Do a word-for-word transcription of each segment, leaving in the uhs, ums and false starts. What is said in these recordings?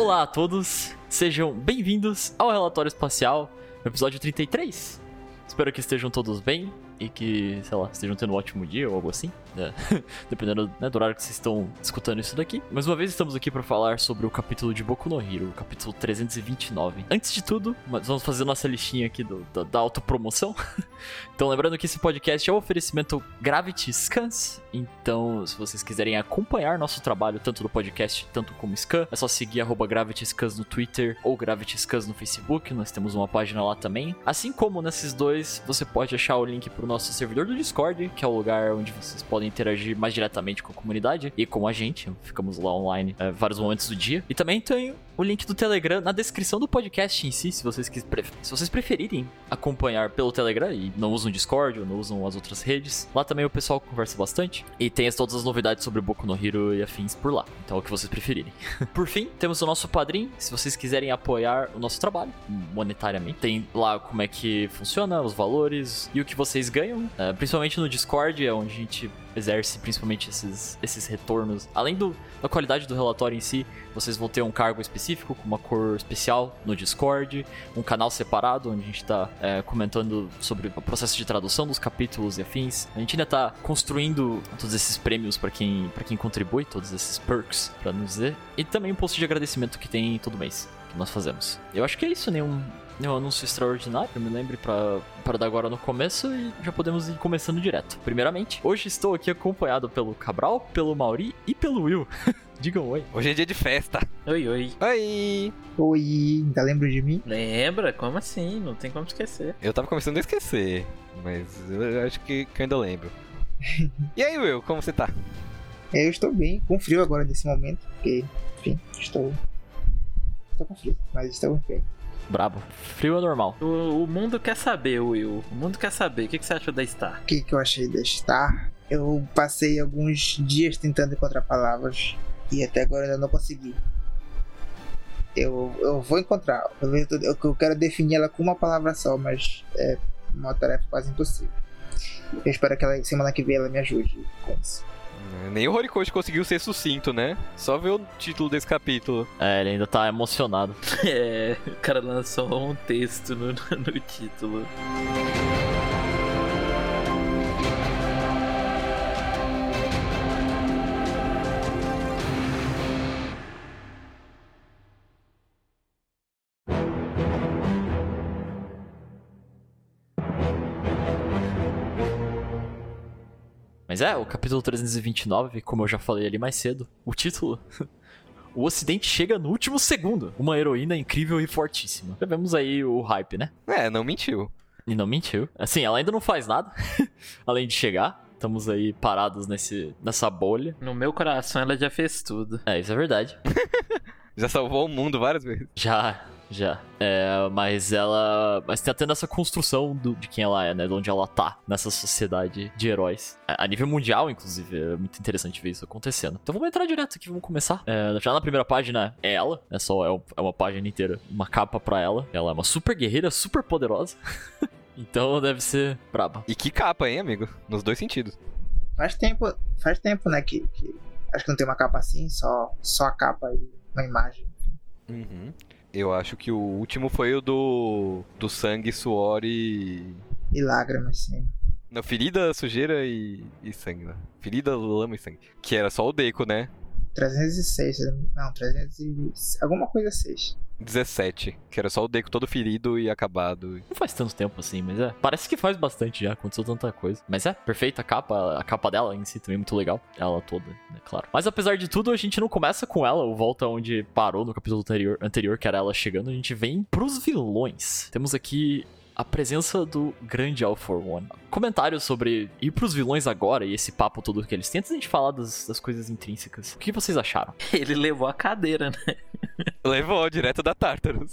Olá a todos, sejam bem-vindos ao Relatório Espacial, episódio trinta e três. Espero que estejam todos bem e que, sei lá, estejam tendo um ótimo dia ou algo assim, né? Dependendo, né, do horário que vocês estão escutando isso daqui. Mais uma vez estamos aqui para falar sobre o capítulo de Boku no Hero, o capítulo trezentos e vinte e nove. Antes de tudo, vamos fazer nossa listinha aqui do, da, da autopromoção. Então, lembrando que esse podcast é um oferecimento Gravity Scans. Então, se vocês quiserem acompanhar nosso trabalho, tanto do podcast, tanto como Scan, é só seguir arroba Gravity Scans no Twitter ou Gravity Scans no Facebook. Nós temos uma página lá também. Assim como nesses dois, você pode achar o link pro nosso servidor do Discord, que é o lugar onde vocês podem interagir mais diretamente com a comunidade e com a gente. Ficamos lá online é, vários momentos do dia. E também tem o link do Telegram na descrição do podcast em si, se vocês, quis, se vocês preferirem acompanhar pelo Telegram e não usam o Discord ou não usam as outras redes. Lá também o pessoal conversa bastante e tem todas as novidades sobre Boku no Hero e afins por lá. Então é o que vocês preferirem. Por fim, temos o nosso padrinho, se vocês quiserem apoiar o nosso trabalho monetariamente. Tem lá como é que funciona, os valores e o que vocês ganham, é, principalmente no Discord, é onde a gente exerce principalmente esses, esses retornos. Além do, da qualidade do relatório em si, vocês vão ter um cargo específico com uma cor especial no Discord, um canal separado onde a gente está é, comentando sobre o processo de tradução dos capítulos e afins. A gente ainda está construindo todos esses prêmios para quem, para quem contribui, todos esses perks, para nos dizer. E também um post de agradecimento que tem todo mês, que nós fazemos. Eu acho que é isso, nenhum... um anúncio extraordinário, eu me lembre pra, pra dar agora no começo e já podemos ir começando direto. Primeiramente, hoje estou aqui acompanhado pelo Cabral, pelo Mauri e pelo Will. Digam oi. Hoje é dia de festa. Oi, oi. Oi. Oi, ainda lembra de mim? Lembra? Como assim? Não tem como esquecer. Eu tava começando a esquecer, mas eu acho que, que eu ainda lembro. E aí, Will, como você tá? Eu estou bem, com frio agora nesse momento, porque, enfim, estou... Estou com frio, mas estou bem. Brabo. Frio é normal. O, o mundo quer saber, Will. O mundo quer saber. O que, que você achou da Star? O que, que eu achei da Star? Eu passei alguns dias tentando encontrar palavras e até agora ainda não consegui. Eu, eu vou encontrar. Eu, eu, eu quero definir ela com uma palavra só, mas é uma tarefa quase impossível. Eu espero que ela, semana que vem ela me ajude com isso. Nem o Horikoshi conseguiu ser sucinto, né? Só ver o título desse capítulo. É, ele ainda tá emocionado. É, o cara lançou um texto no, no título. Mas é, o capítulo trezentos e vinte e nove, como eu já falei ali mais cedo, o título... O Ocidente chega no último segundo. Uma heroína incrível e fortíssima. Já vemos aí o hype, né? É, não mentiu. E não mentiu. Assim, ela ainda não faz nada, além de chegar. Estamos aí parados nesse, nessa bolha. No meu coração ela já fez tudo. É, isso é verdade. Já salvou o mundo várias vezes. Já, já. É, mas ela... Mas tá tendo essa construção do, de quem ela é, né? De onde ela tá nessa sociedade de heróis. A, a nível mundial, inclusive. É muito interessante ver isso acontecendo. Então vamos entrar direto aqui, vamos começar. É, já na primeira página é ela. É só é, é uma página inteira. Uma capa pra ela. Ela é uma super guerreira, super poderosa. Então deve ser braba. E que capa, hein, amigo? Nos dois sentidos. Faz tempo, faz tempo, né, que, que... Acho que não tem uma capa assim, só, só a capa e uma imagem. Uhum. Eu acho que o último foi o do do sangue, suor e... E lágrimas, sim. Não, ferida, sujeira e, e sangue, né? Ferida, lama e sangue. Que era só o Deco, né? trezentos e seis, não, trezentos e... alguma coisa seis. dezessete, que era só o Deco todo ferido e acabado. Não faz tanto tempo assim, mas é. Parece que faz bastante já, aconteceu tanta coisa. Mas é, perfeita a capa, a capa dela em si também é muito legal. Ela toda, né, claro. Mas apesar de tudo, a gente não começa com ela, ou volta onde parou no capítulo anterior, anterior, que era ela chegando. A gente vem pros vilões. Temos aqui a presença do grande All for One. Comentários sobre ir pros vilões agora e esse papo todo que eles têm, antes da gente falar das, das coisas intrínsecas. O que vocês acharam? Ele levou a cadeira, né? Levou, direto da Tartarus.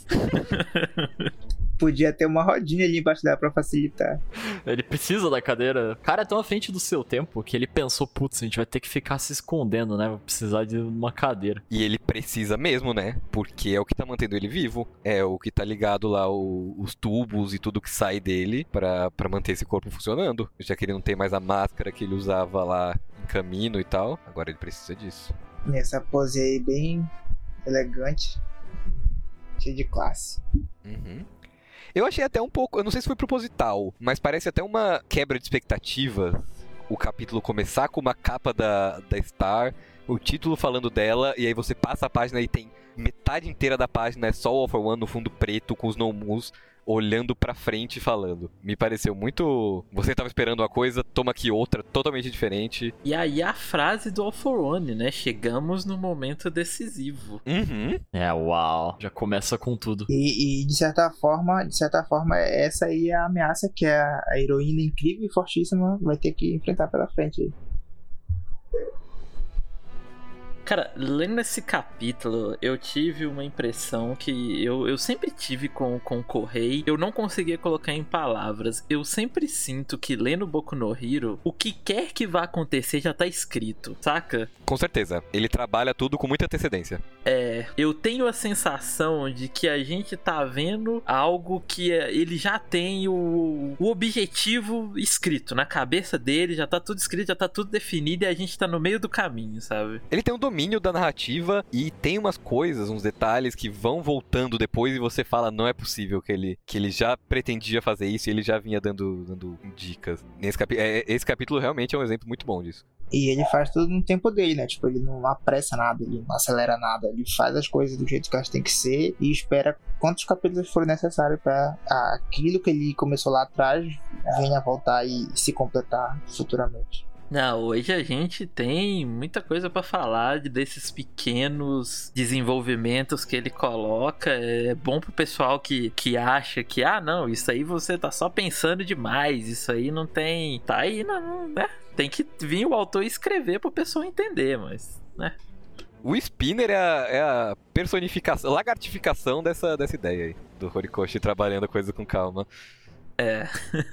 Podia ter uma rodinha ali embaixo dela pra facilitar. Ele precisa da cadeira. O cara é tão à frente do seu tempo que ele pensou, putz, a gente vai ter que ficar se escondendo, né? Vou precisar de uma cadeira. E ele precisa mesmo, né? Porque é o que tá mantendo ele vivo. É o que tá ligado lá, o, os tubos e tudo que sai dele pra, pra manter esse corpo funcionando. Já que ele não tem mais a máscara que ele usava lá em caminho e tal. Agora ele precisa disso. Nessa pose aí bem elegante. cheio de classe. Uhum. Eu achei até um pouco, eu não sei se foi proposital, mas parece até uma quebra de expectativa. O capítulo começar com uma capa da, da Star, o título falando dela, e aí você passa a página e tem metade inteira da página é só o All for One no fundo preto com os Nomus olhando pra frente e falando. Me pareceu muito... Você tava esperando uma coisa, toma aqui outra, totalmente diferente. E aí a frase do All for One, né? Chegamos no momento decisivo. Uhum. É, uau. Já começa com tudo. E, e de certa forma, de certa forma, essa aí é a ameaça que a, a heroína incrível e fortíssima vai ter que enfrentar pela frente aí. Cara, lendo esse capítulo, eu tive uma impressão que eu, eu sempre tive com, com o Correio. Eu não conseguia colocar em palavras. Eu sempre sinto que lendo Boku no Hero, o que quer que vá acontecer já tá escrito, saca? Com certeza. Ele trabalha tudo com muita antecedência. É, eu tenho a sensação de que a gente tá vendo algo que é, ele já tem o, o objetivo escrito na cabeça dele, já tá tudo escrito, já tá tudo definido e a gente tá no meio do caminho, sabe? Ele tem um domínio da narrativa e tem umas coisas, uns detalhes que vão voltando depois e você fala, não é possível que ele, que ele já pretendia fazer isso e ele já vinha dando, dando dicas. Nesse capi- é, esse capítulo realmente é um exemplo muito bom disso. E ele faz tudo no tempo dele, né? Tipo, ele não apressa nada, ele não acelera nada. Ele faz as coisas do jeito que elas têm que ser e espera quantos capítulos forem necessários pra aquilo que ele começou lá atrás venha voltar e se completar futuramente. Não, hoje a gente tem muita coisa pra falar de- desses pequenos desenvolvimentos que ele coloca. É bom pro pessoal que, que acha que, ah, não, isso aí você tá só pensando demais, isso aí não tem... Tá aí, não, né? Tem que vir o autor escrever pro pessoal entender, mas, né? O Spinner é a, é a personificação, lagartificação dessa, dessa ideia aí, do Horikoshi trabalhando a coisa com calma. É.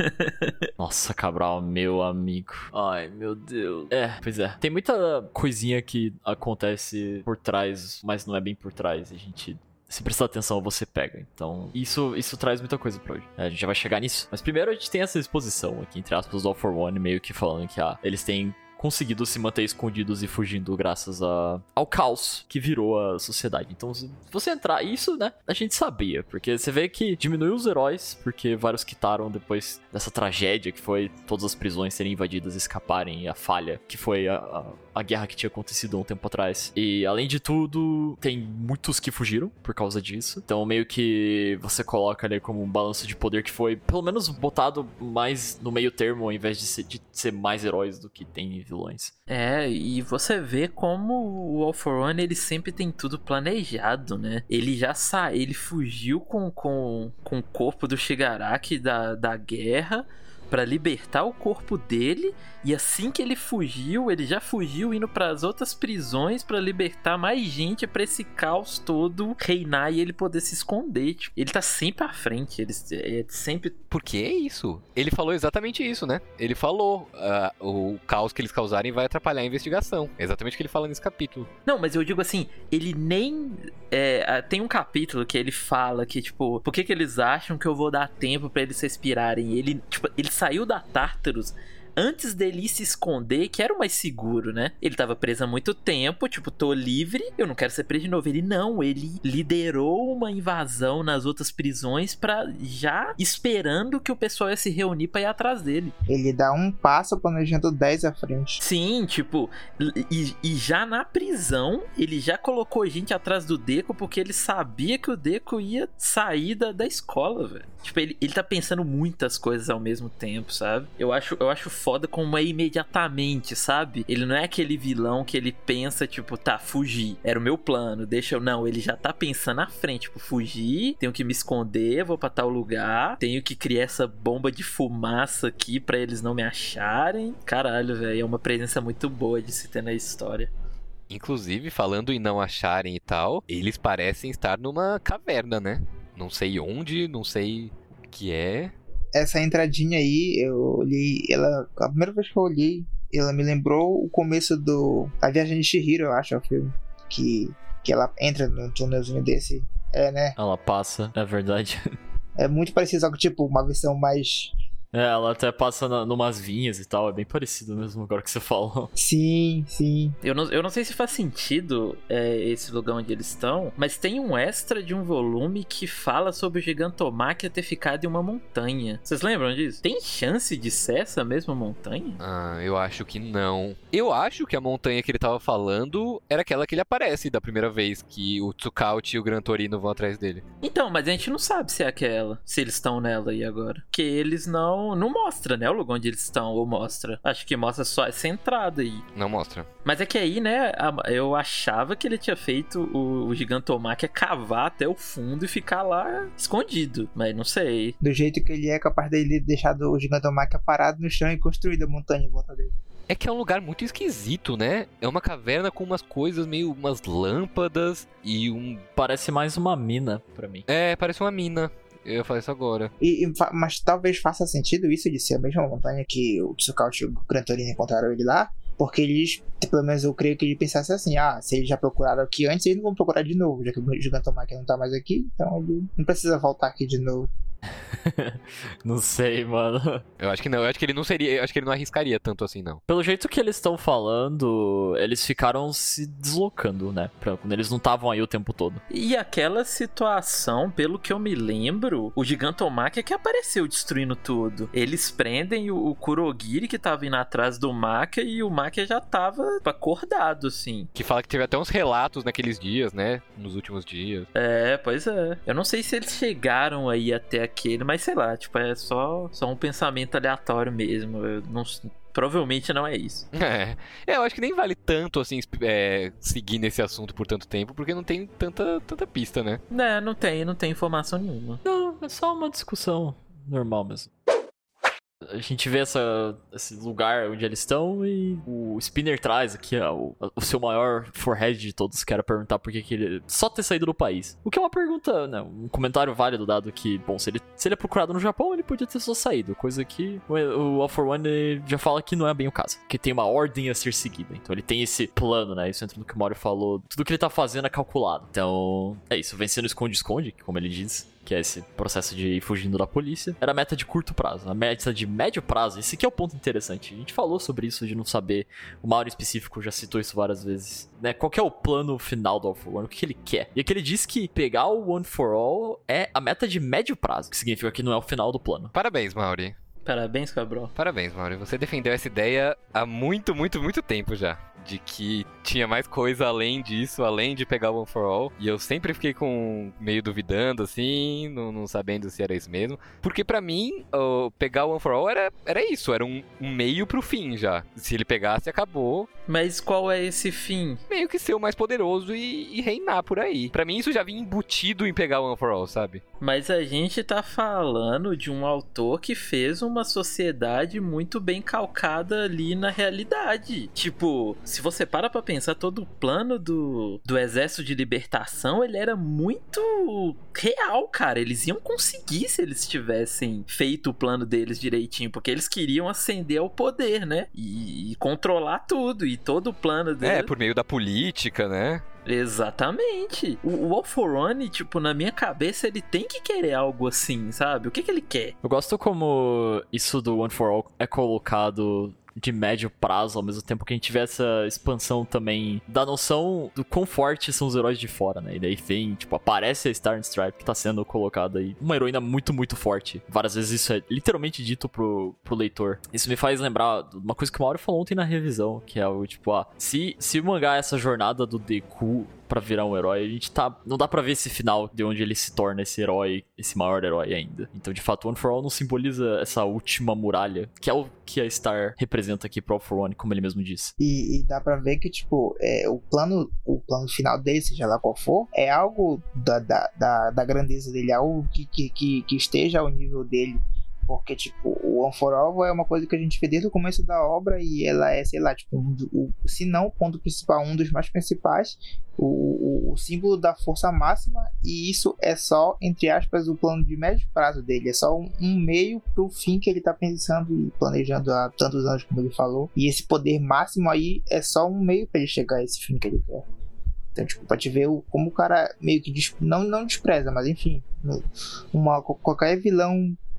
Nossa, Cabral, meu amigo. Ai, meu Deus. É, pois é. Tem muita coisinha que acontece por trás, mas não é bem por trás. A gente... Se prestar atenção, você pega. Então, isso, isso traz muita coisa pra hoje. A gente já vai chegar nisso. Mas primeiro a gente tem essa exposição aqui, entre aspas, do All for One, meio que falando que ah, eles têm conseguido se manter escondidos e fugindo graças a, ao caos que virou a sociedade. Então, se você entrar... Isso, né? A gente sabia. Porque você vê que diminuiu os heróis, porque vários quitaram depois dessa tragédia que foi todas as prisões serem invadidas, escaparem, e a falha que foi a, a, a guerra que tinha acontecido há um tempo atrás. E, além de tudo, tem muitos que fugiram por causa disso. Então, meio que você coloca ali como um balanço de poder que foi, pelo menos, botado mais no meio termo, ao invés de ser, de ser mais heróis do que tem vilões. É, e você vê como o All for One, ele sempre tem tudo planejado, né? Ele já saiu, ele fugiu com, com, com o corpo do Shigaraki da, da guerra pra libertar o corpo dele, e assim que ele fugiu, ele já fugiu indo pras outras prisões pra libertar mais gente, pra esse caos todo reinar e ele poder se esconder. Tipo, ele tá sempre à frente, ele é sempre... Porque é isso. Ele falou exatamente isso, né? Ele falou, uh, o caos que eles causarem vai atrapalhar a investigação. É exatamente o que ele fala nesse capítulo. Não, mas eu digo assim, ele nem... É, tem um capítulo que ele fala que, tipo, por que que eles acham que eu vou dar tempo pra eles respirarem? Ele, tipo, ele saiu da Tartarus antes dele se esconder, que era o mais seguro, né? Ele tava preso há muito tempo, tipo, tô livre, eu não quero ser preso de novo. Ele não, ele liderou uma invasão nas outras prisões pra já esperando que o pessoal ia se reunir pra ir atrás dele. Ele dá um passo planejando dez à frente. Sim, tipo, e, e já na prisão, ele já colocou gente atrás do Deco porque ele sabia que o Deco ia sair da, da escola, velho. Tipo, ele, ele tá pensando muitas coisas ao mesmo tempo, sabe? Eu acho, eu acho foda como é imediatamente, sabe? Ele não é aquele vilão que ele pensa, tipo, tá, fugir, era o meu plano, deixa eu... Não, ele já tá pensando à frente, tipo, fugir, tenho que me esconder, vou pra tal lugar, tenho que criar essa bomba de fumaça aqui pra eles não me acharem. Caralho, velho, é uma presença muito boa de se ter na história. Inclusive, falando em não acharem e tal, eles parecem estar numa caverna, né? Não sei onde, não sei o que é. Essa entradinha aí, eu olhei, ela, a primeira vez que eu olhei, ela me lembrou o começo do A Viagem de Chihiro, eu acho, é o filme, que, que ela entra num túnelzinho desse, é, né? Ela passa, é verdade. É muito parecido, só que tipo, uma versão mais É, ela até passa na, numas vinhas e tal, é bem parecido mesmo agora que você falou. Sim, sim. Eu não, eu não sei se faz sentido é, esse lugar onde eles estão, mas tem um extra de um volume que fala sobre o Gigantomachia ter ficado em uma montanha. Vocês lembram disso? Tem chance de ser essa mesma montanha? Ah, eu acho que não. Eu acho que a montanha que ele tava falando era aquela que ele aparece da primeira vez, que o Tsukaut e o Gran Torino vão atrás dele. Então, mas a gente não sabe se é aquela, se eles estão nela aí agora. Porque eles não não mostra, né, o lugar onde eles estão, ou mostra. Acho que mostra só essa entrada aí. Não mostra. Mas é que aí, né, a- eu achava que ele tinha feito o, o Gigantomachia cavar até o fundo e ficar lá escondido. Mas não sei. Do jeito que ele é, capaz dele deixar o Gigantomachia parado no chão e construir a montanha em volta dele. É que é um lugar muito esquisito, né? É uma caverna com umas coisas meio... umas lâmpadas e um... Parece mais uma mina pra mim. É, parece uma mina. Eu ia falar isso agora. E, e fa- mas talvez faça sentido isso de ser a mesma montanha que o Tsukaut e o Gran Torino encontraram ele lá, porque eles, pelo menos eu creio que ele pensasse assim, ah, se eles já procuraram aqui antes, eles não vão procurar de novo, já que o Gigantomachia não tá mais aqui, então ele não precisa voltar aqui de novo. Não sei, mano. Eu acho que não. Eu acho que ele não seria... Eu acho que ele não arriscaria tanto assim, não. Pelo jeito que eles estão falando, eles ficaram se deslocando, né? Pra, quando eles não estavam aí o tempo todo. E aquela situação, pelo que eu me lembro, o Gigantomachia que apareceu destruindo tudo. Eles prendem o, o Kurogiri que tava indo atrás do Machia e o Machia já tava acordado, assim. Que fala que teve até uns relatos naqueles dias, né? Nos últimos dias. É, pois é. Eu não sei se eles chegaram aí até aquele, mas sei lá, tipo, é só, só um pensamento aleatório mesmo. Eu não, provavelmente não é isso. É. É, eu acho que nem vale tanto, assim, é, seguir nesse assunto por tanto tempo, porque não tem tanta, tanta pista, né? Né, não tem, não tem informação nenhuma. Não, é só uma discussão normal mesmo. A gente vê essa, esse lugar onde eles estão e o Spinner traz aqui ó, o, o seu maior forehead de todos, que era perguntar por que, que ele só ter saído do país. O que é uma pergunta, né, um comentário válido, dado que, bom, se ele, se ele é procurado no Japão, ele podia ter só saído, coisa que o, o All for One já fala que não é bem o caso, que tem uma ordem a ser seguida. Então ele tem esse plano, né, isso entra no que o Mario falou, tudo que ele tá fazendo é calculado. Então é isso, vencendo esconde-esconde, como ele diz, que é esse processo de ir fugindo da polícia, era a meta de curto prazo. A meta de médio prazo, esse aqui é o ponto interessante. A gente falou sobre isso, de não saber, o Mario específico já citou isso várias vezes, né? Qual que é o plano final do All for One, o que, que ele quer? E aqui ele diz que pegar o One for All é a meta de médio prazo, que significa que não é o final do plano. Parabéns, Mauri. Parabéns, Cabral. Parabéns, Mauri. Você defendeu essa ideia há muito, muito, muito tempo já. De que tinha mais coisa além disso, além de pegar o One for All. E eu sempre fiquei com meio duvidando, assim, não, não sabendo se era isso mesmo. Porque pra mim, o pegar o One for All era, era isso, era um, um meio pro fim já. Se ele pegasse, acabou. Mas qual é esse fim? Meio que ser o mais poderoso e, e reinar por aí. Pra mim, isso já vinha embutido em pegar o One for All, sabe? Mas a gente tá falando de um autor que fez uma sociedade muito bem calcada ali na realidade. Tipo, se você para pra pensar, todo o plano do, do Exército de Libertação, ele era muito real, cara. Eles iam conseguir se eles tivessem feito o plano deles direitinho, porque eles queriam ascender ao poder, né? E, e controlar tudo, e todo o plano deles... É, por meio da política, né? Exatamente. O, o All for One, tipo, na minha cabeça, ele tem que querer algo assim, sabe? O que que ele quer? Eu gosto como isso do One for All é colocado de médio prazo, ao mesmo tempo que a gente vê essa expansão também da noção do quão fortes são os heróis de fora, né? E daí vem, tipo, aparece a Star and Stripe, que tá sendo colocada aí. Uma heroína muito, muito forte. Várias vezes isso é literalmente dito pro, pro leitor. Isso me faz lembrar de uma coisa que o Mauro falou ontem na revisão, que é o, tipo, ah, se, se o mangá é essa jornada do Deku pra virar um herói, a gente tá... Não dá pra ver esse final de onde ele se torna esse herói, esse maior herói ainda. Então, de fato, One for All não simboliza essa última muralha, que é o que a Star representa aqui pro All for One, como ele mesmo disse. E, e dá pra ver que, tipo, é, o, plano, o plano final dele, seja lá qual for, é algo da, da, da, da grandeza dele, algo que, que, que, que esteja ao nível dele. Porque, tipo, o One for All é uma coisa que a gente vê desde o começo da obra e ela é, sei lá, tipo, um, o, se não o ponto principal, um dos mais principais, o, o, o símbolo da força máxima, e isso é só, entre aspas, o plano de médio prazo dele, é só um, um meio pro fim que ele tá pensando e planejando há tantos anos, como ele falou, e esse poder máximo aí é só um meio pra ele chegar a esse fim que ele quer. Então, tipo, pra te ver o, como o cara meio que, des, não, não despreza, mas enfim, uma, qualquer vilão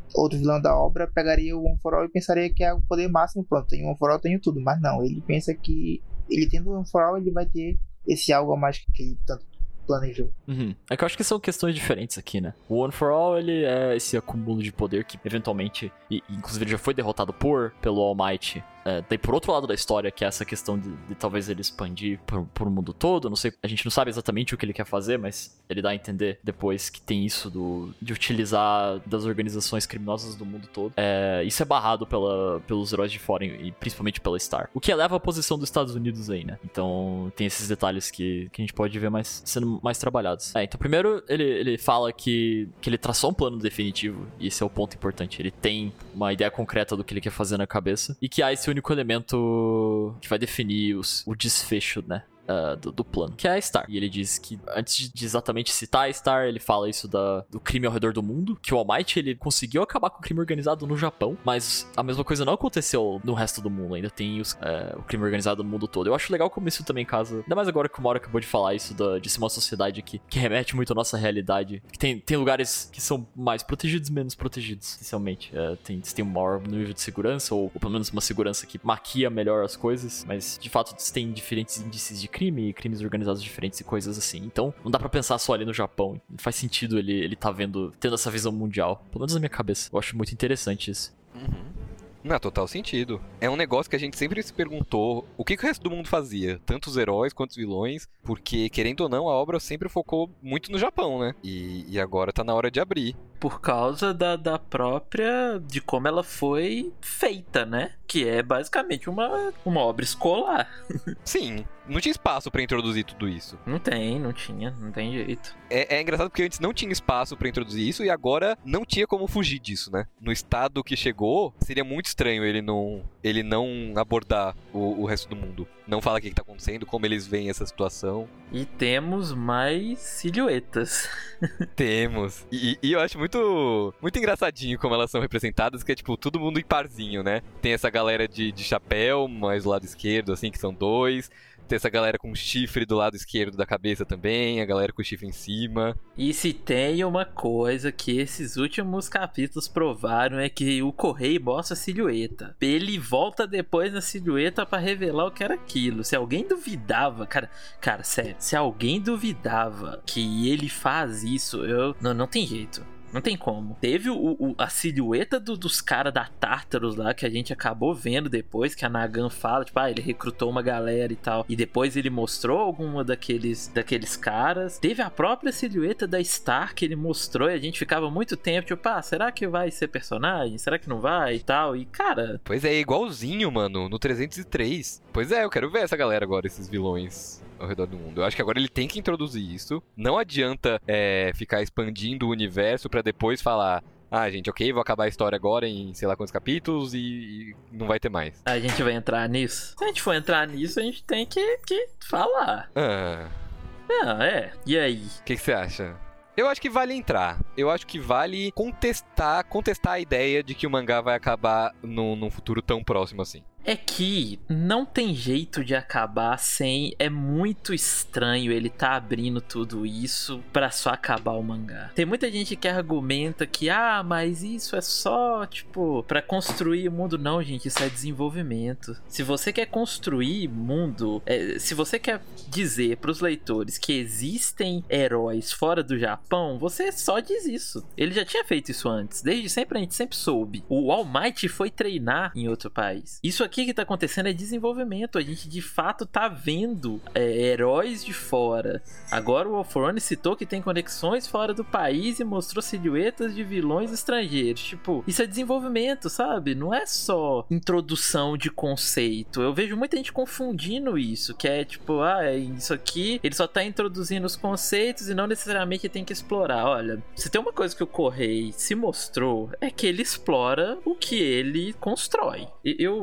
outro vilão da obra pegaria o One for All e pensaria que é o poder máximo, pronto, tem One for All, tenho tudo, mas não, ele pensa que ele tendo o One for All, ele vai ter esse algo a mais que ele tanto planejou. Uhum. É que eu acho que são questões diferentes aqui, né? O One for All, ele é esse acúmulo de poder que eventualmente, e inclusive ele já foi derrotado por, pelo All Might. É, tem por outro lado da história, que é essa questão de, de talvez ele expandir por, por o mundo todo. Não sei, a gente não sabe exatamente o que ele quer fazer, mas ele dá a entender depois que tem isso do, de utilizar das organizações criminosas do mundo todo. É, isso é barrado pela, pelos heróis de fora, e principalmente pela Star. O que eleva a posição dos Estados Unidos aí, né? Então tem esses detalhes que, que a gente pode ver mais, sendo mais trabalhados. É, então primeiro ele, ele fala que, que ele traçou um plano definitivo, e esse é o ponto importante. Ele tem uma ideia concreta do que ele quer fazer na cabeça, e que há esse único elemento que vai definir os, o desfecho, né? Uh, do, do plano, que é a Star. E ele diz que, antes de exatamente citar a Star, ele fala isso da, do crime ao redor do mundo, que o All Might, ele conseguiu acabar com o crime organizado no Japão, mas a mesma coisa não aconteceu no resto do mundo, ainda tem os, uh, o crime organizado no mundo todo. Eu acho legal como isso também casa, ainda mais agora que o Mauro acabou de falar isso da, de ser uma sociedade que, que remete muito à nossa realidade, que tem, tem lugares que são mais protegidos e menos protegidos, essencialmente. Uh, tem, tem um maior nível de segurança, ou, ou pelo menos uma segurança que maquia melhor as coisas, mas de fato tem diferentes índices de crime, crimes organizados diferentes e coisas assim. Então, não dá pra pensar só ali no Japão. Não faz sentido ele, ele tá vendo, tendo essa visão mundial. Pelo menos na minha cabeça. Eu acho muito interessante isso. Uhum. Não, total sentido. É um negócio que a gente sempre se perguntou o que, que o resto do mundo fazia, tanto os heróis quanto os vilões, porque, querendo ou não, a obra sempre focou muito no Japão, né? E, e agora tá na hora de abrir. Por causa da, da própria... de como ela foi feita, né? Que é basicamente uma, uma obra escolar. Sim, não tinha espaço pra introduzir tudo isso. Não tem, não tinha, não tem jeito. É, é engraçado porque antes não tinha espaço pra introduzir isso e agora não tinha como fugir disso, né? No estado que chegou, seria muito estranho ele não, ele não abordar o, o resto do mundo. Não falar o que, que tá acontecendo, como eles veem essa situação. E temos mais silhuetas. Temos. E, e eu acho muito, muito engraçadinho como elas são representadas, que é tipo, todo mundo em parzinho, né? Tem essa galera de, de chapéu, mais do lado esquerdo, assim, que são dois. Tem essa galera com chifre do lado esquerdo da cabeça também, a galera com chifre em cima. E se tem uma coisa que esses últimos capítulos provaram é que o Correio mostra a silhueta. Ele volta depois na silhueta pra revelar o que era aquilo. Se alguém duvidava, cara, cara, sério, se alguém duvidava que ele faz isso, eu não, não tem jeito. Não tem como. Teve o, o, a silhueta do, dos caras da Tartarus lá, que a gente acabou vendo depois, que a Nagan fala, tipo, ah, ele recrutou uma galera e tal. E depois ele mostrou alguma daqueles, daqueles caras. Teve a própria silhueta da Star que ele mostrou e a gente ficava muito tempo, tipo, ah, será que vai ser personagem? Será que não vai? E tal. E, cara... Pois é, igualzinho, mano, no trezentos e três. Pois é, eu quero ver essa galera agora, esses vilões ao redor do mundo. Eu acho que agora ele tem que introduzir isso. Não adianta é, ficar expandindo o universo pra depois falar, ah, gente, ok, vou acabar a história agora em sei lá quantos capítulos e, e não vai ter mais. A gente vai entrar nisso? Se a gente for entrar nisso, a gente tem que, que falar. Ah. Ah, é. E aí? O que você acha? Eu acho que vale entrar. Eu acho que vale contestar, contestar a ideia de que o mangá vai acabar num, num futuro tão próximo assim. É que não tem jeito de acabar sem... É muito estranho ele tá abrindo tudo isso pra só acabar o mangá. Tem muita gente que argumenta que, ah, mas isso é só, tipo, pra construir o mundo. Não, gente, isso é desenvolvimento. Se você quer construir mundo, é, se você quer dizer pros leitores que existem heróis fora do Japão, você só diz isso. Ele já tinha feito isso antes. Desde sempre a gente sempre soube. O All Might foi treinar em outro país. Isso aqui O que tá acontecendo é desenvolvimento. A gente de fato tá vendo é, heróis de fora. Agora o Alforone citou que tem conexões fora do país e mostrou silhuetas de vilões estrangeiros. Tipo, isso é desenvolvimento, sabe? Não é só introdução de conceito. Eu vejo muita gente confundindo isso, que é tipo, ah, isso aqui ele só tá introduzindo os conceitos e não necessariamente tem que explorar. Olha, se tem uma coisa que o Correio se mostrou, é que ele explora o que ele constrói. Eu, eu fico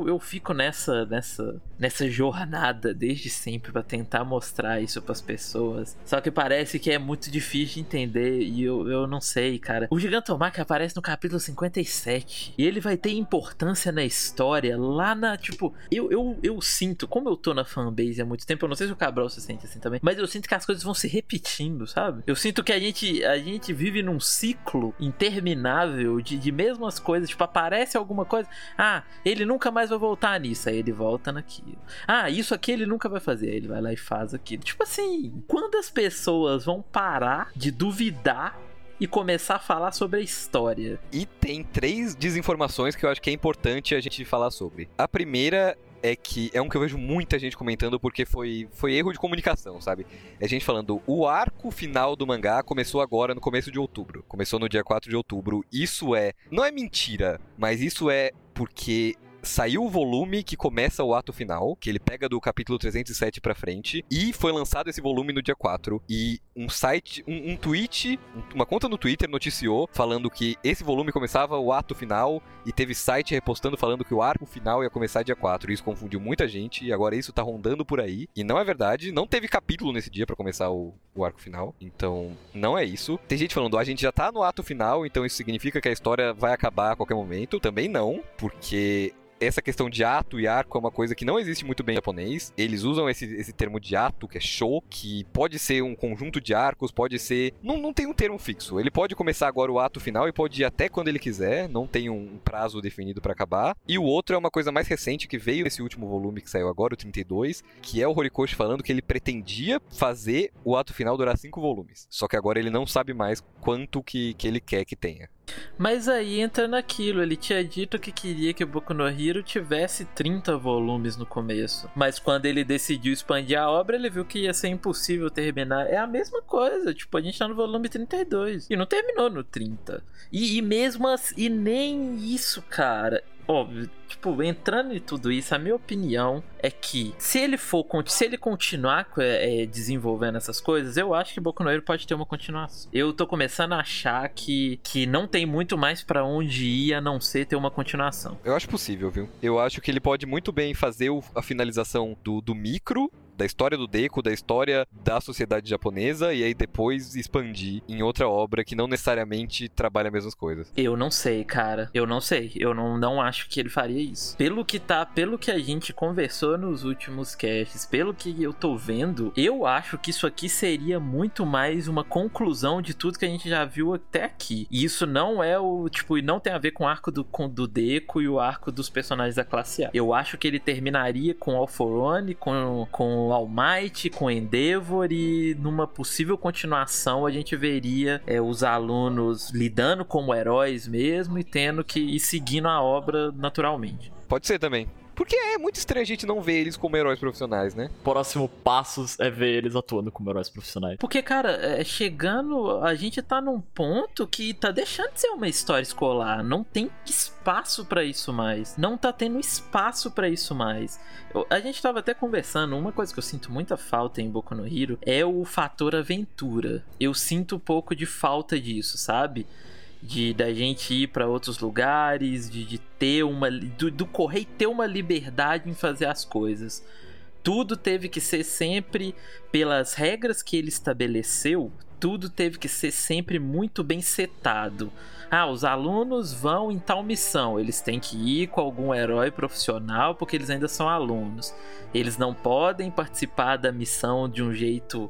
fico nessa, nessa, nessa jornada desde sempre pra tentar mostrar isso pras pessoas. Só que parece que é muito difícil de entender e eu, eu não sei, cara. O Gigantomachia aparece no capítulo cinquenta e sete e ele vai ter importância na história lá na, tipo, eu, eu, eu sinto, como eu tô na fanbase há muito tempo, eu não sei se o Cabral se sente assim também, mas eu sinto que as coisas vão se repetindo, sabe? Eu sinto que a gente, a gente vive num ciclo interminável de, de mesmas coisas, tipo, aparece alguma coisa, ah, ele nunca mais vai voltar nisso, aí ele volta naquilo. Ah, isso aqui ele nunca vai fazer, aí ele vai lá e faz aquilo. Tipo assim, quando as pessoas vão parar de duvidar e começar a falar sobre a história? E tem três desinformações que eu acho que é importante a gente falar sobre. A primeira é que é um que eu vejo muita gente comentando porque foi, foi erro de comunicação, sabe? É gente falando, o arco final do mangá começou agora no começo de outubro. Começou no dia quatro de outubro. Isso é... Não é mentira, mas isso é porque... Saiu o volume que começa o ato final, que ele pega do capítulo trezentos e sete pra frente, e foi lançado esse volume no dia quatro. E um site, um, um tweet, uma conta no Twitter noticiou falando que esse volume começava o ato final, e teve site repostando falando que o arco final ia começar dia quatro. Isso confundiu muita gente, e agora isso tá rondando por aí. E não é verdade, não teve capítulo nesse dia pra começar o, o arco final. Então, não é isso. Tem gente falando, a gente já tá no ato final, então isso significa que a história vai acabar a qualquer momento. Também não, porque... Essa questão de ato e arco é uma coisa que não existe muito bem em japonês. Eles usam esse, esse termo de ato, que é sho, que pode ser um conjunto de arcos, pode ser... Não, não tem um termo fixo. Ele pode começar agora o ato final e pode ir até quando ele quiser, não tem um prazo definido pra acabar. E o outro é uma coisa mais recente que veio nesse último volume que saiu agora, o trinta e dois, que é o Horikoshi falando que ele pretendia fazer o ato final durar cinco volumes. Só que agora ele não sabe mais quanto que, que ele quer que tenha. Mas aí entra naquilo, ele tinha dito que queria que o Boku no Hero tivesse trinta volumes no começo, mas quando ele decidiu expandir a obra, ele viu que ia ser impossível terminar. É a mesma coisa, tipo, a gente tá no volume trinta e dois e não terminou no trinta. E, e mesmo assim, e nem isso, cara. Óbvio, tipo, entrando em tudo isso, a minha opinião é que se ele for, se ele continuar é, desenvolvendo essas coisas, eu acho que Boku no Hero pode ter uma continuação. Eu tô começando a achar que, que não tem muito mais pra onde ir a não ser ter uma continuação. Eu acho possível, viu? Eu acho que ele pode muito bem fazer o, a finalização do, do micro, da história do Deku, da história da sociedade japonesa, e aí depois expandir em outra obra que não necessariamente trabalha as mesmas coisas. Eu não sei, cara. Eu não sei. Eu não, não acho que ele faria isso. Pelo que tá, pelo que a gente conversou nos últimos casts, pelo que eu tô vendo, eu acho que isso aqui seria muito mais uma conclusão de tudo que a gente já viu até aqui. E isso não é o, tipo, e não tem a ver com o arco do, com, do Deku e o arco dos personagens da classe A. Eu acho que ele terminaria com All For One, com, com All Might, com Endeavor, e numa possível continuação a gente veria é, os alunos lidando como heróis mesmo e tendo que ir seguindo a obra naturalmente. Pode ser também. Porque é muito estranho a gente não ver eles como heróis profissionais, né? Próximo passo é ver eles atuando como heróis profissionais. Porque, cara, é, chegando, a gente tá num ponto que tá deixando de ser uma história escolar. Não tem espaço pra isso mais. Não tá tendo espaço pra isso mais. Eu, a gente tava até conversando, uma coisa que eu sinto muita falta em Boku no Hero é o fator aventura. Eu sinto um pouco de falta disso, sabe? De da gente ir pra outros lugares, de, de ter uma... Do, do Correio ter uma liberdade em fazer as coisas. Tudo teve que ser sempre pelas regras que ele estabeleceu. Tudo teve que ser sempre muito bem setado. Ah, os alunos vão em tal missão. Eles têm que ir com algum herói profissional porque eles ainda são alunos. Eles não podem participar da missão de um jeito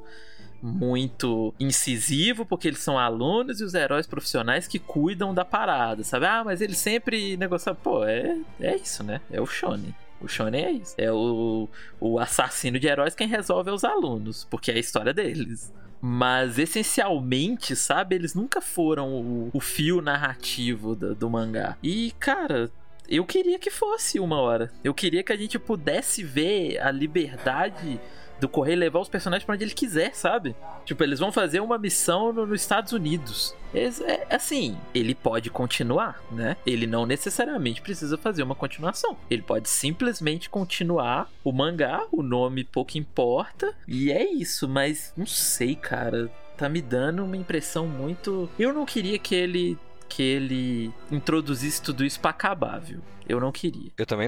muito incisivo, porque eles são alunos e os heróis profissionais que cuidam da parada, sabe? Ah, mas eles sempre negociam. Pô, é, é isso, né? É o shonen. O shonen é isso. É o, o assassino de heróis quem resolve é os alunos, porque é a história deles. Mas, essencialmente, sabe? Eles nunca foram o, o fio narrativo do, do mangá. E, cara... Eu queria que fosse uma hora. Eu queria que a gente pudesse ver a liberdade do Correio levar os personagens pra onde ele quiser, sabe? Tipo, eles vão fazer uma missão no, nos Estados Unidos. Eles, é, assim, ele pode continuar, né? Ele não necessariamente precisa fazer uma continuação. Ele pode simplesmente continuar o mangá, o nome pouco importa. E é isso, mas não sei, cara. Tá me dando uma impressão muito... Eu não queria que ele... que ele introduzisse tudo isso pra acabar, viu? Eu não queria. Eu também não.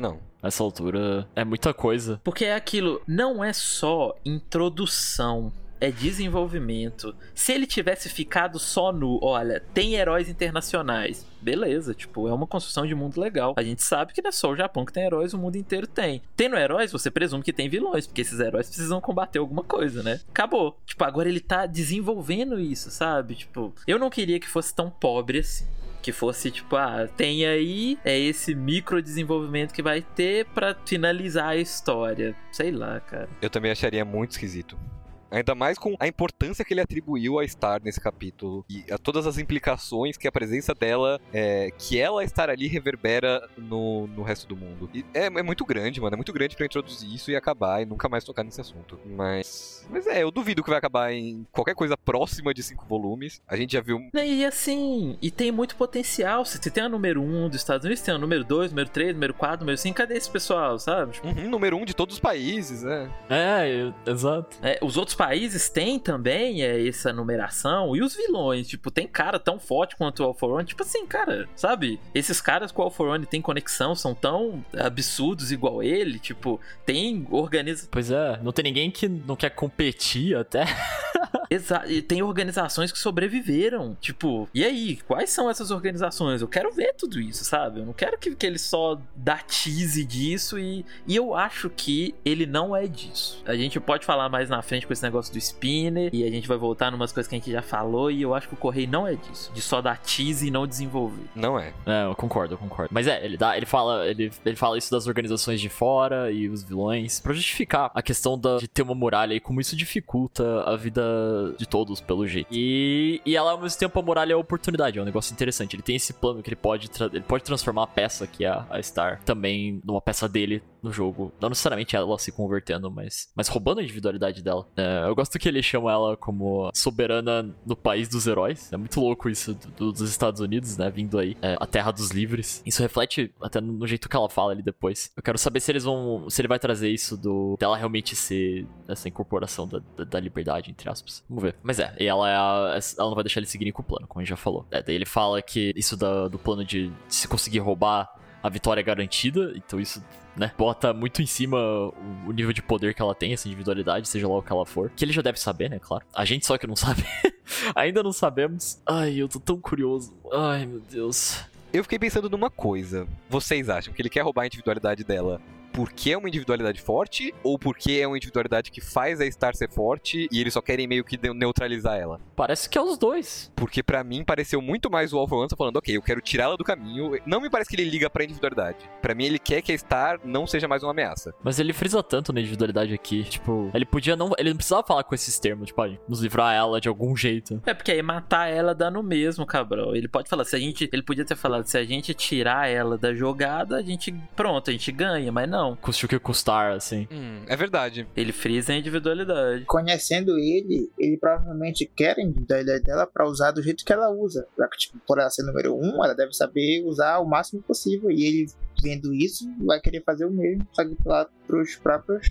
Nessa altura, é muita coisa. Porque é aquilo, não é só introdução, é desenvolvimento. Se ele tivesse ficado só no, olha, tem heróis internacionais, beleza, tipo, é uma construção de mundo legal. A gente sabe que não é só o Japão que tem heróis, o mundo inteiro tem. Tendo heróis, você presume que tem vilões, porque esses heróis precisam combater alguma coisa, né? Acabou. Tipo, agora ele tá desenvolvendo isso, sabe? Tipo, eu não queria que fosse tão pobre assim. Que fosse, tipo, ah, tem aí, é esse micro desenvolvimento que vai ter pra finalizar a história. Sei lá, cara. Eu também acharia muito esquisito. Ainda mais com a importância que ele atribuiu a Star nesse capítulo. E a todas as implicações que a presença dela, é, que ela estar ali reverbera no, no resto do mundo. E é, é muito grande, mano. É muito grande pra introduzir isso e acabar e nunca mais tocar nesse assunto. Mas... Mas é, eu duvido que vai acabar em qualquer coisa próxima de cinco volumes. A gente já viu... E assim, e tem muito potencial. Se tem a número um dos Estados Unidos, tem a número dois, número três, número quatro, número cinco. Cadê esse pessoal, sabe? Tipo... Uhum, número um de todos os países, né? É, exato. É, os outros países têm também é, essa numeração. E os vilões, tipo, tem cara tão forte quanto o All For One. Tipo assim, cara, sabe? Esses caras com o All For One tem conexão, são tão absurdos igual ele. Tipo, tem organização. Pois é, não tem ninguém que não quer competir até. Exato, e tem organizações que sobreviveram. Tipo, e aí? Quais são essas organizações? Eu quero ver tudo isso, sabe? Eu não quero que, que ele só dá tease disso e, e eu acho que ele não é disso. A gente pode falar mais na frente com esse negócio do Spinner e a gente vai voltar numas coisas que a gente já falou e eu acho que o Correio não é disso. De só dar tease e não desenvolver. Não é. É, eu concordo, eu concordo. Mas é, ele, dá, ele, fala, ele, ele fala isso das organizações de fora e os vilões pra justificar a questão da, de ter uma muralha e como isso dificulta a vida de todos, pelo jeito. E, e ela, ao mesmo tempo, a muralha é a oportunidade, é um negócio interessante. Ele tem esse plano que ele pode, tra- ele pode transformar a peça, que é a, a Star, também numa peça dele no jogo. Não necessariamente ela se convertendo, mas, mas roubando a individualidade dela. É, eu gosto que ele chama ela como soberana no país dos heróis. É muito louco isso do, dos Estados Unidos, né? Vindo aí, é, a terra dos livres. Isso reflete até no, no jeito que ela fala ali depois. Eu quero saber se eles vão, se ele vai trazer isso do dela realmente ser essa incorporação da, da, da liberdade, entre aspas. Vamos ver. Mas é, e ela, é a, ela não vai deixar ele seguir com o plano, como a gente já falou. É, daí ele fala que isso da, do plano de, de se conseguir roubar a vitória é garantida, então isso, né, bota muito em cima o, o nível de poder que ela tem, essa individualidade, seja lá o que ela for. Que ele já deve saber, né, claro. A gente só que não sabe. Ainda não sabemos. Ai, eu tô tão curioso. Ai, meu Deus. Eu fiquei pensando numa coisa. Vocês acham que ele quer roubar a individualidade dela porque é uma individualidade forte ou porque é uma individualidade que faz a Star ser forte e eles só querem meio que neutralizar ela? Parece que é os dois. Porque pra mim pareceu muito mais o All For One falando, ok, eu quero tirá-la do caminho. Não me parece que ele liga pra individualidade. Pra mim ele quer que a Star não seja mais uma ameaça. Mas ele frisa tanto na individualidade aqui, tipo, ele podia não, ele não precisava falar com esses termos, tipo, ah, nos livrar ela de algum jeito. É porque aí matar ela dá no mesmo, Cabral. Ele pode falar, se a gente, ele podia ter falado, se a gente tirar ela da jogada, a gente, pronto, a gente ganha, mas não. Custe o que custar, assim. Hum, é verdade. Ele frisa a individualidade. Conhecendo ele, ele provavelmente quer a individualidade dela pra usar do jeito que ela usa. Já que, tipo, por ela ser número um, ela deve saber usar o máximo possível. E ele, vendo isso, vai querer fazer o mesmo, só que lá pros próprios.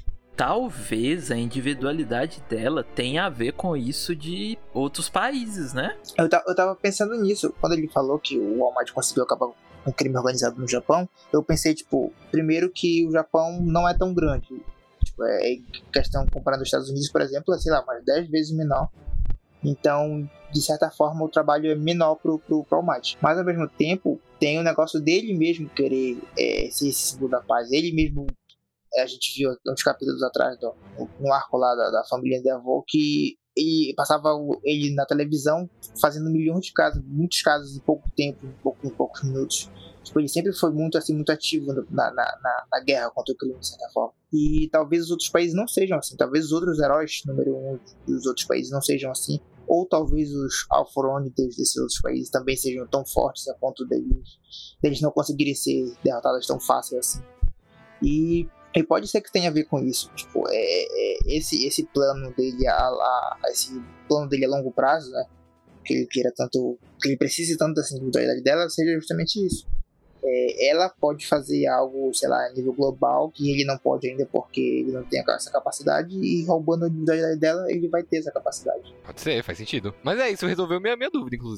Talvez a individualidade dela tenha a ver com isso de outros países, né? Eu, ta- eu tava pensando nisso. Quando ele falou que o Walmart conseguiu acabar com um crime organizado no Japão, eu pensei, tipo, primeiro que o Japão não é tão grande. Tipo, é questão, comparando os Estados Unidos, por exemplo, é, sei lá, mais dez vezes menor. Então, de certa forma, o trabalho é menor pro, pro, pro Almighty. Mas, ao mesmo tempo, tem o negócio dele mesmo querer é, ser esse símbolo da paz. Ele mesmo, é, a gente viu uns capítulos atrás, do, no arco lá da, da família de avô, que ele passava ele na televisão fazendo milhões de casos, muitos casos em pouco tempo, em, pouco, em poucos minutos. Tipo, ele sempre foi muito assim, muito ativo na, na, na, na guerra contra o crime, de certa forma. E talvez os outros países não sejam assim. Talvez os outros heróis, número um dos outros países, não sejam assim. Ou talvez os All For One desses outros países também sejam tão fortes a ponto deles, deles não conseguirem ser derrotados tão fácil assim. E E pode ser que tenha a ver com isso. Tipo, é, é, esse, esse plano dele a, a, esse plano dele a longo prazo, né? Que ele queira tanto. Que ele precise tanto dessa individualidade dela, seja justamente isso. É, ela pode fazer algo, sei lá, a nível global, que ele não pode ainda porque ele não tem essa capacidade, e roubando a individualidade dela, ele vai ter essa capacidade. Pode ser, faz sentido. Mas é isso, resolveu minha, minha dúvida, inclusive.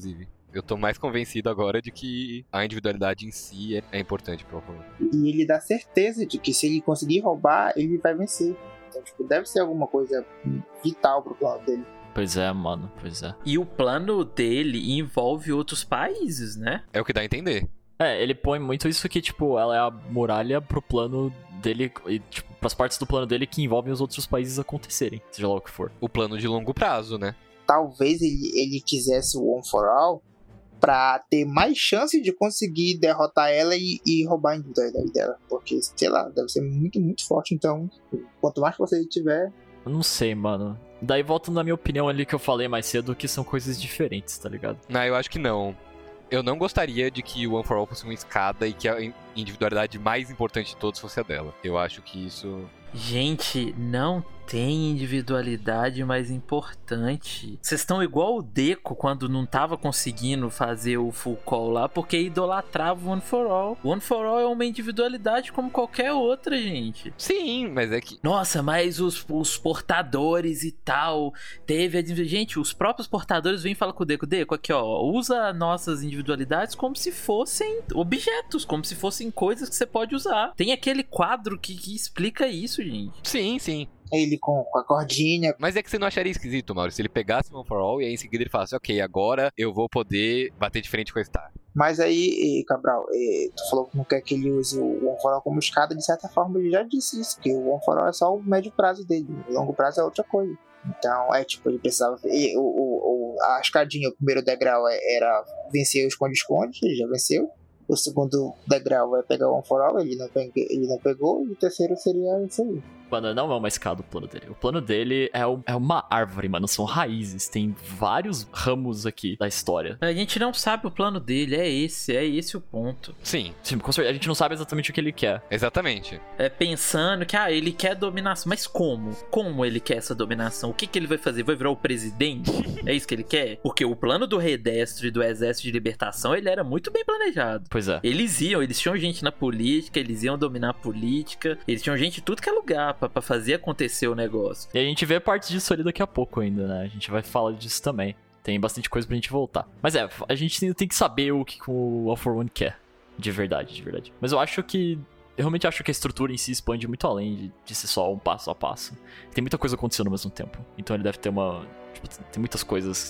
Eu tô mais convencido agora de que a individualidade em si é, é importante pro All For One. E ele dá certeza de que se ele conseguir roubar, ele vai vencer. Então, tipo, deve ser alguma coisa vital pro plano dele. Pois é, mano, pois é. E o plano dele envolve outros países, né? É o que dá a entender. É, ele põe muito isso que, tipo, ela é a muralha pro plano dele, e, tipo, pras partes do plano dele que envolvem os outros países acontecerem, seja lá o que for. O plano de longo prazo, né? Talvez ele, ele quisesse o One for All pra ter mais chance de conseguir derrotar ela e, e roubar a individualidade dela. Porque, sei lá, deve ser muito, muito forte. Então, quanto mais você tiver... Eu não sei, mano. Daí volta na minha opinião ali que eu falei mais cedo, que são coisas diferentes, tá ligado? Não, eu acho que não. Eu não gostaria de que o One For All fosse uma escada e que a individualidade mais importante de todos fosse a dela. Eu acho que isso... Gente, não tem individualidade mais importante. Vocês estão igual o Deco quando não tava conseguindo fazer o full call lá, porque idolatrava o One For All. O One For All é uma individualidade como qualquer outra, gente. Sim, mas é que... Nossa, mas os, os portadores e tal, teve a... Gente, os próprios portadores vêm e falam com o Deco, Deco, aqui ó, usa nossas individualidades como se fossem objetos, como se fossem coisas que você pode usar. Tem aquele quadro que, que explica isso, gente. Sim, sim. Ele com, com a cordinha. Mas é que você não acharia esquisito, Mauro, se ele pegasse o One For All e aí em seguida ele falasse, ok, agora eu vou poder bater de frente com a Star. Mas aí, Cabral, tu falou que não quer que ele use o One For All como escada, de certa forma ele já disse isso, que o One For All é só o médio prazo dele, o longo prazo é outra coisa. Então, é tipo, ele precisava... E, o, o, o, a escadinha, o primeiro degrau era vencer o esconde-esconde, ele já venceu. O segundo degrau é pegar o One For All, ele não, pegou, ele não pegou. E o terceiro seria isso aí. Mano, não é uma escada o plano dele. O plano dele é, o, é uma árvore, mano. São raízes. Tem vários ramos aqui da história. A gente não sabe o plano dele. É esse. É esse o ponto. Sim. Sim, com certeza. A gente não sabe exatamente o que ele quer. Exatamente. É pensando que, ah, ele quer dominação. Mas como? Como ele quer essa dominação? O que, que ele vai fazer? Vai virar o presidente? É isso que ele quer? Porque o plano do Rei Destro e do Exército de Libertação, ele era muito bem planejado. Pois é. Eles iam, eles tinham gente na política, eles iam dominar a política, eles tinham gente em tudo que é lugar pra, pra fazer acontecer o negócio. E a gente vê parte disso ali daqui a pouco ainda, né? A gente vai falar disso também. Tem bastante coisa pra gente voltar. Mas é, a gente tem que saber o que o All For One quer. De verdade, de verdade. Mas eu acho que... Eu realmente acho que a estrutura em si expande muito além de, de ser só um passo a passo. Tem muita coisa acontecendo ao mesmo tempo. Então ele deve ter uma... Tipo, tem muitas coisas...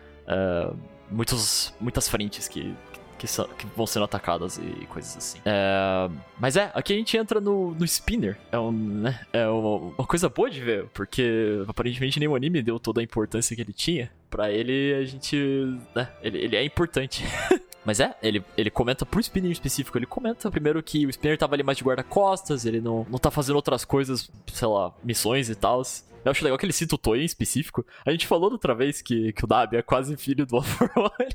Uh, muitos, muitas frentes que... Que, são, que vão sendo atacadas e coisas assim. É, mas é, aqui a gente entra no, no Spinner. É, um, né, é uma, uma coisa boa de ver, porque aparentemente nenhum anime deu toda a importância que ele tinha. Pra ele, a gente... Né, ele, ele é importante. Mas é, ele, ele comenta pro Spinner em específico. Ele comenta primeiro que o Spinner tava ali mais de guarda-costas, ele não, não tá fazendo outras coisas, sei lá, missões e tal. Eu acho legal que ele cita o Toei em específico. A gente falou da outra vez que, que o Nabi é quase filho do All For One.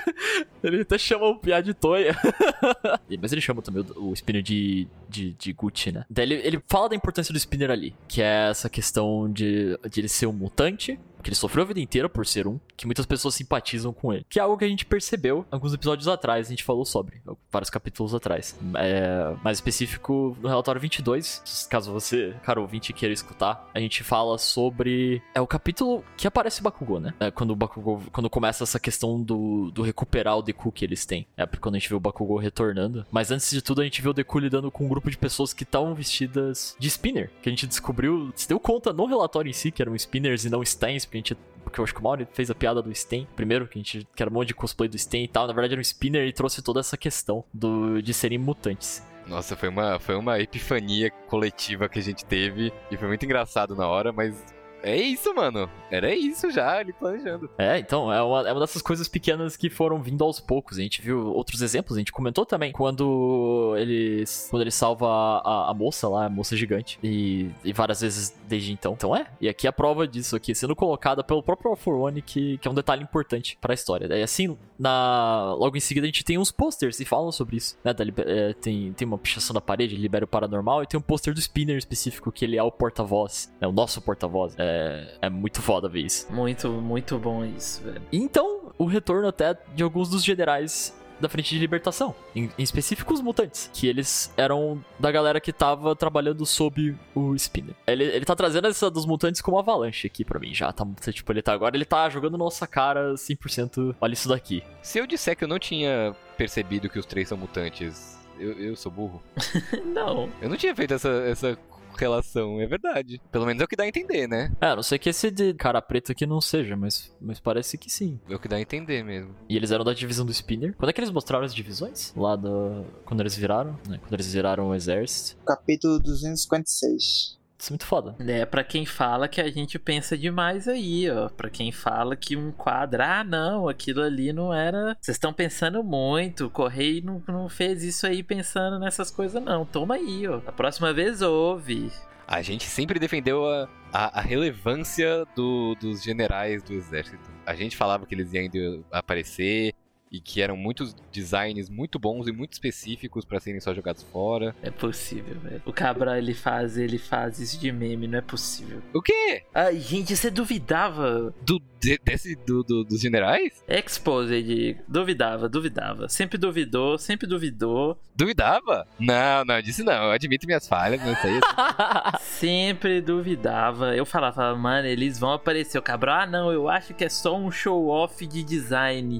Ele até chama o Pia de Toei. Mas ele chama também o, o Spinner de, de, de Gucci, né? Daí ele, ele fala da importância do Spinner ali, que é essa questão de, de ele ser um mutante, que ele sofreu a vida inteira por ser um, que muitas pessoas simpatizam com ele. Que é algo que a gente percebeu alguns episódios atrás, a gente falou sobre, vários capítulos atrás. É, mais específico, no relatório vinte e dois, caso você, cara ouvinte, queira escutar, a gente fala sobre... É o capítulo que aparece o Bakugou, né? É quando o Bakugou, quando começa essa questão do, do recuperar o Deku que eles têm. É porque quando a gente vê o Bakugou retornando. Mas antes de tudo, a gente vê o Deku lidando com um grupo de pessoas que estavam vestidas de Spinner, que a gente descobriu, se deu conta no relatório em si, que eram Spinners e não Stens, porque a gente... Porque eu acho que o Mauri fez a piada do Sten primeiro, que a gente que era um monte de cosplay do Sten e tal. Na verdade era um Spinner e trouxe toda essa questão do, de serem mutantes. Nossa, foi uma, foi uma epifania coletiva que a gente teve. E foi muito engraçado na hora, mas... É isso, mano. Era isso já, ele planejando. É, então, é uma, é uma dessas coisas pequenas que foram vindo aos poucos. A gente viu outros exemplos, a gente comentou também. Quando ele, quando ele salva a, a moça lá, a moça gigante. E, e várias vezes desde então. Então é, e aqui a prova disso aqui, sendo colocada pelo próprio All For One, que, que é um detalhe importante pra história. E assim, na, logo em seguida a gente tem uns posters que falam sobre isso. Né? Da, é, tem, tem uma pichação da parede, libera o paranormal. E tem um pôster do Spinner específico, que ele é o porta-voz. É o nosso porta-voz. É, É, é muito foda ver isso. Muito, muito bom isso, velho. Então, o retorno até de alguns dos generais da Frente de Libertação. Em, em específico, os mutantes. Que eles eram da galera que tava trabalhando sob o Spinner. Ele, ele tá trazendo essa dos mutantes como avalanche aqui pra mim já. Tá, tipo, ele tá agora, ele tá jogando na nossa cara cem por cento. Olha isso daqui. Se eu disser que eu não tinha percebido que os três são mutantes, eu, eu sou burro? Não. Eu não tinha feito essa, essa relação, é verdade. Pelo menos é o que dá a entender, né? É, a não sei que esse de cara preta aqui não seja, mas, mas parece que sim. É o que dá a entender mesmo. E eles eram da divisão do Spinner. Quando é que eles mostraram as divisões? Lá do... Quando eles viraram, né? Quando eles viraram o exército. Capítulo duzentos e cinquenta e seis. Isso é muito foda. É pra quem fala que a gente pensa demais aí, ó. Pra quem fala que um quadro, ah, não, aquilo ali não era. Vocês estão pensando muito. O Correio não, não fez isso aí pensando nessas coisas, não. Toma aí, ó. A próxima vez ouve. A gente sempre defendeu a, a, a relevância do, dos generais do exército. A gente falava que eles iam ainda aparecer e que eram muitos designs muito bons e muito específicos pra serem só jogados fora. É possível, velho. O Cabral, ele faz, ele faz isso de meme, não é possível. O quê? Ai, gente, você duvidava? Do, de, desse, do, do, dos generais? Exposed, duvidava, duvidava. Sempre duvidou, sempre duvidou. Duvidava? Não, não, disse não. Eu admito minhas falhas, mas isso aí... Sempre duvidava. Eu falava, mano, eles vão aparecer. O Cabral, ah, não, eu acho que é só um show-off de design.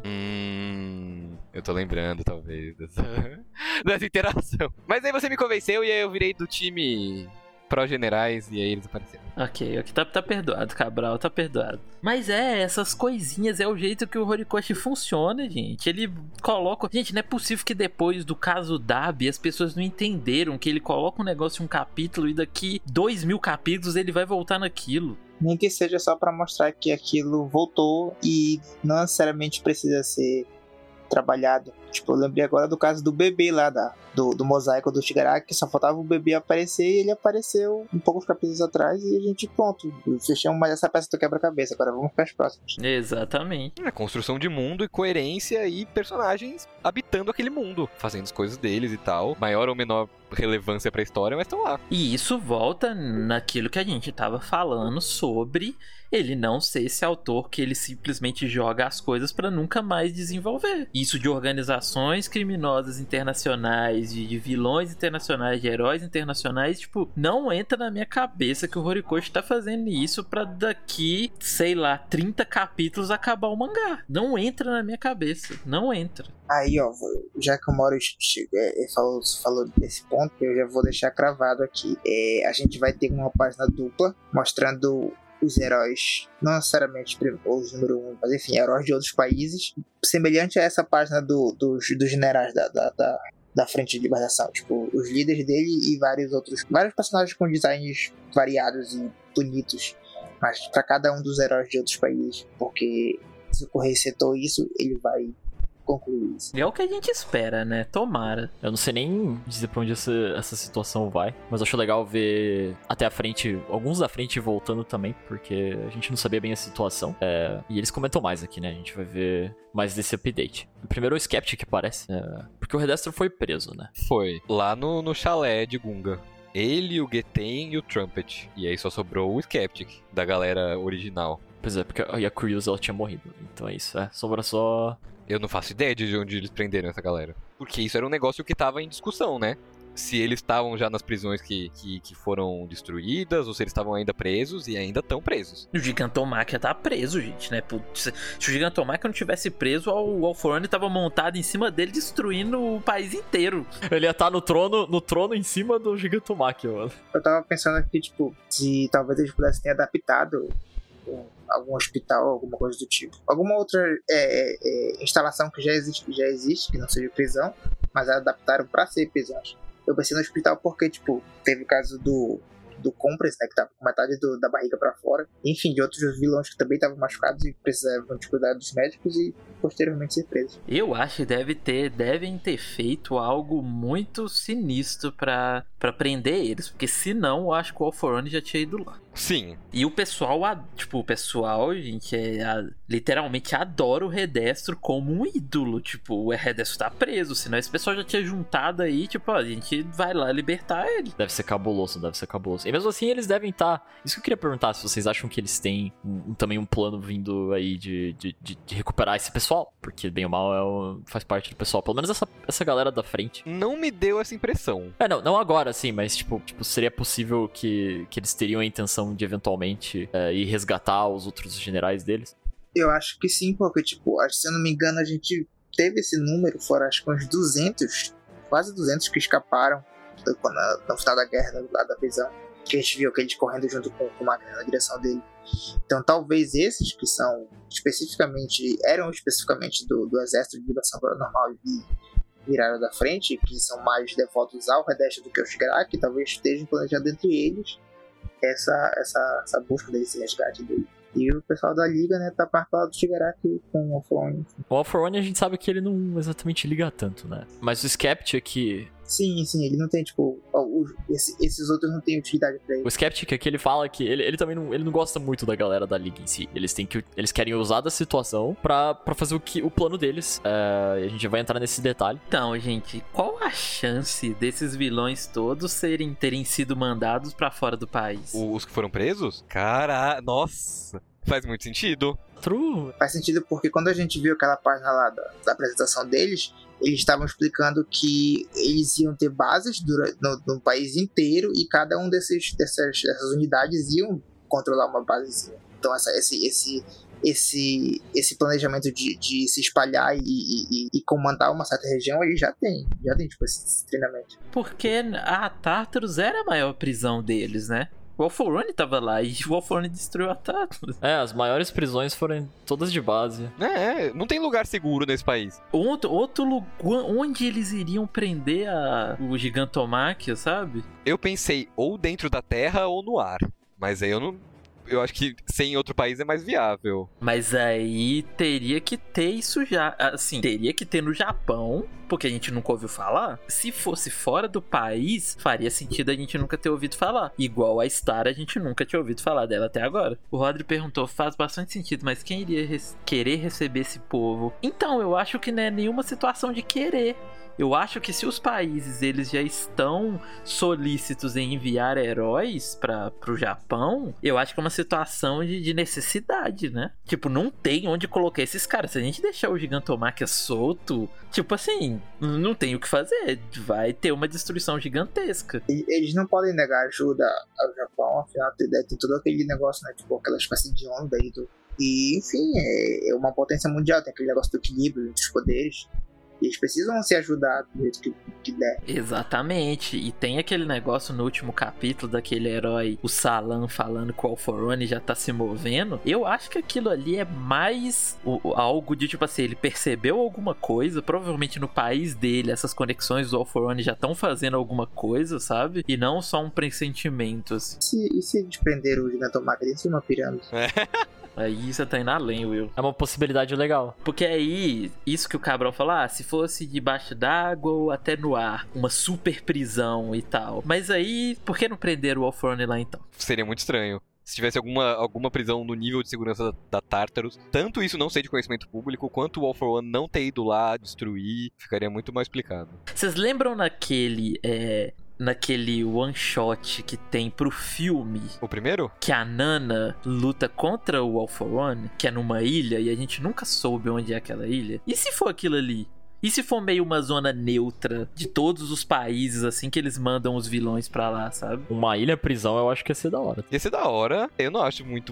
Hum, eu tô lembrando, talvez, dessa, dessa interação. Mas aí você me convenceu e aí eu virei do time pró-generais e aí eles apareceram. Ok, ok, tá, tá perdoado, Cabral, tá perdoado. Mas é, essas coisinhas é o jeito que o Horikoshi funciona, gente. Ele coloca... Gente, não é possível que depois do caso Dabi as pessoas não entenderam que ele coloca um negócio em um capítulo e daqui dois mil capítulos ele vai voltar naquilo. Nem que seja só pra mostrar que aquilo voltou e não necessariamente precisa ser trabalhado. Tipo, eu lembrei agora do caso do bebê lá, da, do, do mosaico do Shigaraki, que só faltava o bebê aparecer e ele apareceu um poucos capítulos atrás e a gente, pronto, fechamos mais essa peça do quebra-cabeça, agora vamos para as próximas. Exatamente. É construção de mundo e coerência e personagens habitando aquele mundo, fazendo as coisas deles e tal, maior ou menor relevância pra história, mas estão lá. E isso volta naquilo que a gente tava falando sobre ele não ser esse autor que ele simplesmente joga as coisas pra nunca mais desenvolver. Isso de organizações criminosas internacionais, de, de vilões internacionais, de heróis internacionais, tipo, não entra na minha cabeça que o Horikoshi tá fazendo isso pra daqui, sei lá, trinta capítulos acabar o mangá. Não entra na minha cabeça, não entra. Aí, ó, já que o Mauro falou, falou desse ponto, eu já vou deixar cravado aqui. É, a gente vai ter uma página dupla mostrando os heróis, não necessariamente os número um, mas enfim, heróis de outros países, semelhante a essa página do, dos, dos generais da, da, da, da Frente de Libertação, tipo, os líderes dele e vários outros, vários personagens com designs variados e bonitos, mas para cada um dos heróis de outros países, porque se o Correio setou isso, ele vai concluir isso. É o que a gente espera, né? Tomara. Eu não sei nem dizer pra onde essa, essa situação vai, mas eu acho legal ver até a frente, alguns da frente voltando também, porque a gente não sabia bem a situação. É, e eles comentam mais aqui, né? A gente vai ver mais desse update. Primeiro o Skeptic aparece, é, porque o Redestro foi preso, né? Foi. Lá no, no chalé de Gunga. Ele, o Geten e o Trumpet. E aí só sobrou o Skeptic, da galera original. Pois é, porque a Yakuryusa ela tinha morrido. Então é isso, é. Sobra só... Eu não faço ideia de onde eles prenderam essa galera. Porque isso era um negócio que tava em discussão, né? Se eles estavam já nas prisões que, que, que foram destruídas, ou se eles estavam ainda presos e ainda estão presos. O Gigantomachia tá preso, gente, né? Se o Gigantomachia não tivesse preso, o Alforone tava montado em cima dele, destruindo o país inteiro. Ele ia estar no trono, no trono em cima do Gigantomachia, mano. Eu tava pensando aqui, tipo, se talvez eles pudessem ter adaptado algum hospital, alguma coisa do tipo. Alguma outra é, é, instalação que já existe, que já existe, que não seja prisão, mas adaptaram pra ser prisão. Eu pensei no hospital porque, tipo, teve o caso do, do Compress, né, que tava com metade do, da barriga pra fora. Enfim, de outros vilões que também estavam machucados e precisavam de cuidar dos médicos e posteriormente ser presos. Eu acho que deve ter, devem ter feito algo muito sinistro pra, pra prender eles, porque senão eu acho que o Alforone já tinha ido lá. Sim. E o pessoal, a- tipo, o pessoal, gente, é, a- literalmente adora o Redestro como um ídolo. Tipo, o Redestro tá preso, senão esse pessoal já tinha juntado aí, tipo, ó, a gente vai lá libertar ele. Deve ser cabuloso, deve ser cabuloso. E mesmo assim, eles devem estar... Isso que eu queria perguntar, se vocês acham que eles têm um- também um plano vindo aí de, de, de- de recuperar esse pessoal. Porque, bem ou mal, é o- faz parte do pessoal. Pelo menos essa, essa galera da frente. Não me deu essa impressão. É, não, não agora, sim, mas, tipo, tipo seria possível que, que eles teriam a intenção de, eventualmente, é, ir resgatar os outros generais deles? Eu acho que sim, porque, tipo, acho- se eu não me engano, a gente teve esse número, fora acho que uns duzentos, quase duzentos que escaparam do- quando, no final da guerra, lá da prisão. Que a gente viu aqueles correndo junto com, com o máquina na direção dele. Então, talvez esses que são especificamente, eram especificamente do, do Exército de Liberação Paranormal e viraram da frente, que são mais devotos ao Redestro do que aos Shigaraki, talvez estejam planejando entre eles essa, essa, essa busca desse resgate dele. E o pessoal da Liga, né, tá parado do Shigaraki com o Fone. O All for One a gente sabe que ele não exatamente liga tanto, né? Mas o Skeptic aqui... Sim, sim, ele não tem, tipo, ó, o- esse- esses outros não têm utilidade pra ele. O Skeptic aqui, ele fala que ele, ele também não, ele não gosta muito da galera da Liga em si. Eles têm que, eles querem usar da situação pra, pra fazer o, que, o plano deles. É, e a gente vai entrar nesse detalhe. Então, gente, qual a chance desses vilões todos serem, terem sido mandados pra fora do país? O- Os que foram presos? Cara, nossa. Faz muito sentido. True. Faz sentido porque quando a gente viu aquela página lá da, da apresentação deles, eles estavam explicando que eles iam ter bases dura- no, no país inteiro e cada um desses, dessas, dessas unidades iam controlar uma basezinha. Então essa, esse, esse, esse, esse planejamento de, de se espalhar e, e, e- e comandar uma certa região, eles já tem, já tem tipo, esse, esse treinamento. Porque a Tartarus era a maior prisão deles, né? O Wolforone tava lá e o Wolforone destruiu a Tartarus. É, as maiores prisões foram todas de base. É, não tem lugar seguro nesse país. Outro, outro lugar onde eles iriam prender a, o Gigantomáquia, sabe? Eu pensei ou dentro da terra ou no ar. Mas aí eu não. Eu acho que sem outro país é mais viável. Mas aí teria que ter isso já. Assim, teria que ter no Japão, porque a gente nunca ouviu falar. Se fosse fora do país, faria sentido a gente nunca ter ouvido falar. Igual a Star, a gente nunca tinha ouvido falar dela até agora. O Rodri perguntou, faz bastante sentido, mas quem iria res- querer receber esse povo? Então, eu acho que não é nenhuma situação de querer. Eu acho que se os países eles já estão solícitos em enviar heróis para o Japão, eu acho que é uma situação de, de necessidade, né? Tipo, não tem onde colocar esses caras. Se a gente deixar o Gigantomáquia solto, tipo assim, não tem o que fazer. Vai ter uma destruição gigantesca. E eles não podem negar ajuda ao Japão, afinal tem, tem todo aquele negócio, né, tipo aquela espécie de onda aí do... E enfim, é, é uma potência mundial, tem aquele negócio do equilíbrio entre os poderes. E eles precisam se ajudar do jeito que, que der. Exatamente. E tem aquele negócio no último capítulo daquele herói, o Salan, falando que o Alforone já tá se movendo. Eu acho que aquilo ali é mais o- o- algo de tipo assim, ele percebeu alguma coisa, provavelmente no país dele, essas conexões do Alforone já estão fazendo alguma coisa, sabe? E não só um pressentimento, assim. E se, e se eles prenderam o Gigantomáquia dentro de uma pirâmide? Aí você tá indo além, Will. É uma possibilidade legal. Porque aí, isso que o Cabral falou, ah, se fosse debaixo d'água ou até no ar, uma super prisão e tal. Mas aí, por que não prenderam o Alforone lá então? Seria muito estranho. Se tivesse alguma, alguma prisão no nível de segurança da, da Tartarus, tanto isso não ser de conhecimento público, quanto o All for One não ter ido lá destruir, ficaria muito mal explicado. Vocês lembram naquele, é, naquele one shot que tem pro filme, O primeiro? que a Nana luta contra o All for One, que é numa ilha e a gente nunca soube onde é aquela ilha? E se for aquilo ali? E se for meio uma zona neutra de todos os países, assim, que eles mandam os vilões pra lá, sabe? Uma ilha prisão eu acho que ia ser da hora. Ia ser da hora, eu não acho muito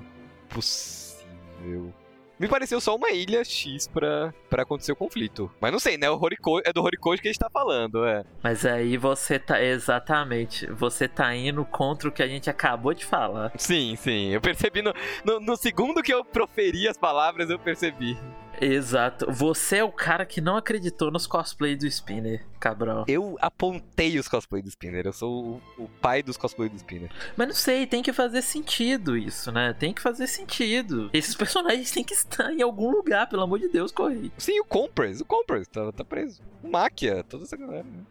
possível. Me pareceu só uma ilha X pra, pra acontecer o conflito. Mas não sei, né? O Horikoshi, é do Horikoshi que a gente tá falando, é. Mas aí você tá, exatamente, você tá indo contra o que a gente acabou de falar. Sim, sim. Eu percebi no, no, no segundo que eu proferi as palavras, eu percebi. Exato. Você é o cara que não acreditou nos cosplays do Spinner, Cabral. Eu apontei os cosplays do Spinner. Eu sou o, o pai dos cosplays do Spinner. Mas não sei, tem que fazer sentido isso, né? Tem que fazer sentido. Esses personagens têm que estar em algum lugar, pelo amor de Deus, Correio. Sim, o Compress. O Compress tá, tá preso. O Máquia, toda essa galera. Né?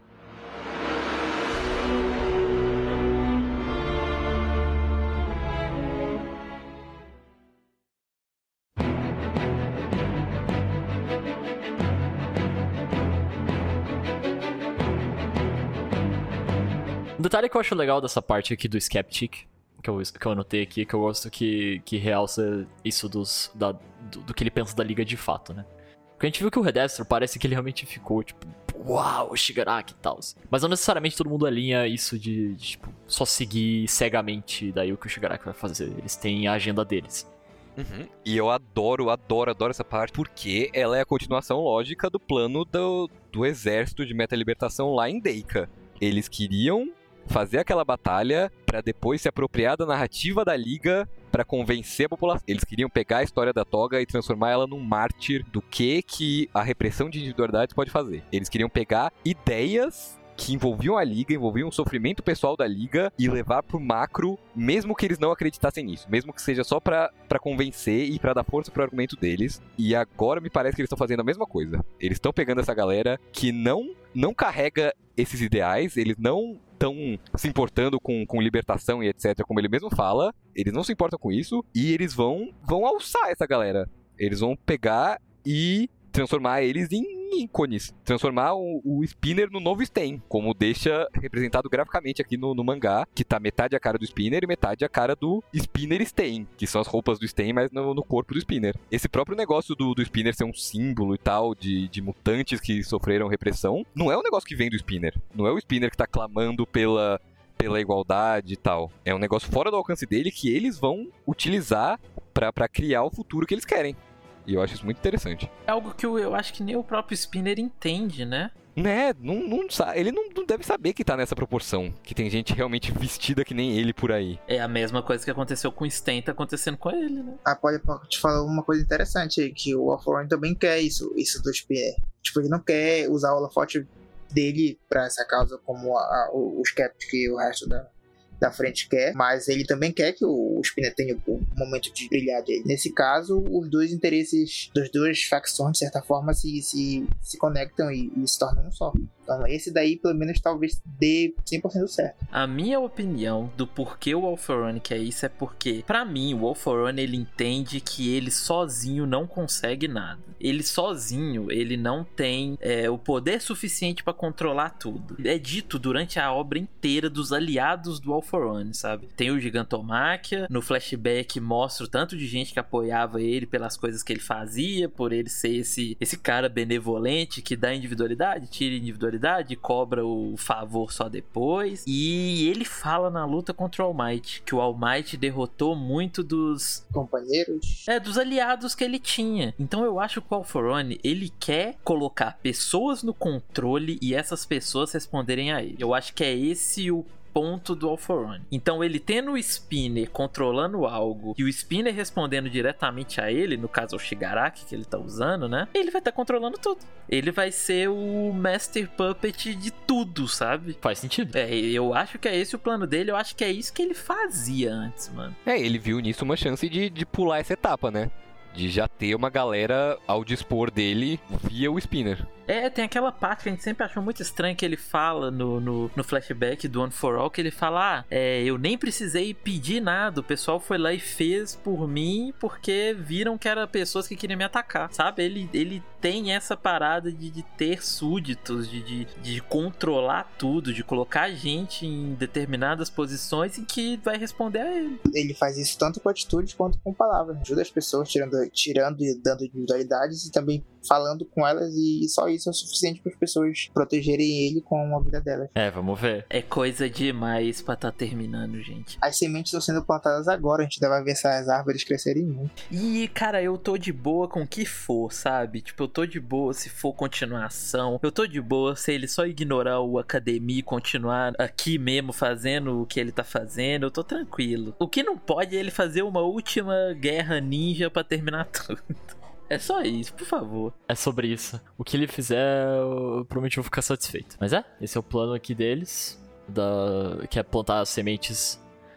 detalhe que eu acho legal dessa parte aqui do Skeptic, que eu, que eu anotei aqui, que eu gosto que, que realça isso dos, da, do, do que ele pensa da Liga de fato, né? Porque a gente viu que o Redestro parece que ele realmente ficou, tipo, uau, Shigaraki e tal. Mas não necessariamente todo mundo alinha isso de, de, tipo, só seguir cegamente daí o que o Shigaraki vai fazer. Eles têm a agenda deles. Uhum. E eu adoro, adoro, adoro essa parte, porque ela é a continuação lógica do plano do, do exército de meta-libertação lá em Deika. Eles queriam fazer aquela batalha pra depois se apropriar da narrativa da Liga pra convencer a população. Eles queriam pegar a história da Toga e transformar ela num mártir do que que a repressão de individualidades pode fazer. Eles queriam pegar ideias que envolviam a Liga, envolviam o sofrimento pessoal da Liga e levar pro macro, mesmo que eles não acreditassem nisso, mesmo que seja só pra, pra convencer e pra dar força pro argumento deles. E agora me parece que eles estão fazendo a mesma coisa. Eles estão pegando essa galera que não, não carrega esses ideais, eles não estão se importando com, com libertação e etcétera, como ele mesmo fala, eles não se importam com isso, e eles vão, vão alçar essa galera. Eles vão pegar e transformar eles em ícones, transformar o, o Spinner no novo Sten, como deixa representado graficamente aqui no, no mangá, que tá metade a cara do Spinner e metade a cara do Spinner Sten, que são as roupas do Sten, mas no, no corpo do Spinner. Esse próprio negócio do, do Spinner ser um símbolo e tal, de, de mutantes que sofreram repressão, não é um negócio que vem do Spinner, não é o Spinner que tá clamando pela, pela igualdade e tal, é um negócio fora do alcance dele que eles vão utilizar pra, pra criar o futuro que eles querem. E eu acho isso muito interessante. É algo que eu, eu acho que nem o próprio Spinner entende, né? Né, não, não sabe, ele não, não deve saber que tá nessa proporção, que tem gente realmente vestida que nem ele por aí. É a mesma coisa que aconteceu com o Sten, tá acontecendo com ele, né? A Polypocket falou uma coisa interessante aí, que o All-For-One também quer isso, isso do Spinner. Tipo, ele não quer usar o holofote dele pra essa causa como a, a, o, o Skeptic e o resto da, da frente quer, mas ele também quer que o, o Spinner tenha o, o momento de brilhar dele. Nesse caso, os dois interesses das duas facções, de certa forma, se, se, se conectam e, e se tornam um só. Então, esse daí, pelo menos, talvez dê cem por cento certo. A minha opinião do porquê o All-For-One quer isso é porque, pra mim, o All-For-One, ele entende que ele sozinho não consegue nada. Ele sozinho, ele não tem é, o poder suficiente pra controlar tudo. É dito durante a obra inteira dos aliados do All-For-One, sabe? Tem o Gigantomáquia, no flashback mostra o tanto de gente que apoiava ele pelas coisas que ele fazia, por ele ser esse, esse cara benevolente que dá individualidade, tira individualidade, cobra o favor só depois. E ele fala na luta contra o All Might que o All Might derrotou muito dos companheiros, é, dos aliados que ele tinha. Então eu acho que o All-For-One, ele quer colocar pessoas no controle e essas pessoas responderem a ele. Eu acho que é esse o ponto do All-For-One. Então ele tendo o Spinner controlando algo e o Spinner respondendo diretamente a ele, no caso o Shigaraki que ele tá usando, né? Ele vai estar tá controlando tudo. Ele vai ser o Master Puppet de tudo, sabe? Faz sentido. É, eu acho que é esse o plano dele, eu acho que é isso que ele fazia antes, mano. É, ele viu nisso uma chance de, de pular essa etapa, né? De já ter uma galera ao dispor dele via o Spinner. É, tem aquela parte que a gente sempre achou muito estranha que ele fala no, no, no flashback do One for All, que ele fala, ah, é, eu nem precisei pedir nada, o pessoal foi lá e fez por mim porque viram que eram pessoas que queriam me atacar, sabe? Ele, ele tem essa parada de, de ter súditos, de, de, de controlar tudo, de colocar gente em determinadas posições em que vai responder a ele. Ele faz isso tanto com atitudes quanto com palavras. Ajuda as pessoas tirando, tirando e dando individualidades e também falando com elas, e só isso é o suficiente para as pessoas protegerem ele com a vida delas. É, vamos ver. É coisa demais pra tá terminando, gente. As sementes estão sendo plantadas agora, a gente ainda vai ver essas árvores crescerem muito. E, cara, eu tô de boa com o que for, sabe? Tipo, eu tô de boa se for continuação. Eu tô de boa se ele só ignorar o Academia e continuar aqui mesmo fazendo o que ele tá fazendo. Eu tô tranquilo. O que não pode é ele fazer uma última guerra ninja pra terminar tudo. É só isso, por favor. É sobre isso. O que ele fizer, eu provavelmente vou ficar satisfeito. Mas é, esse é o plano aqui deles, da... que é plantar as sementes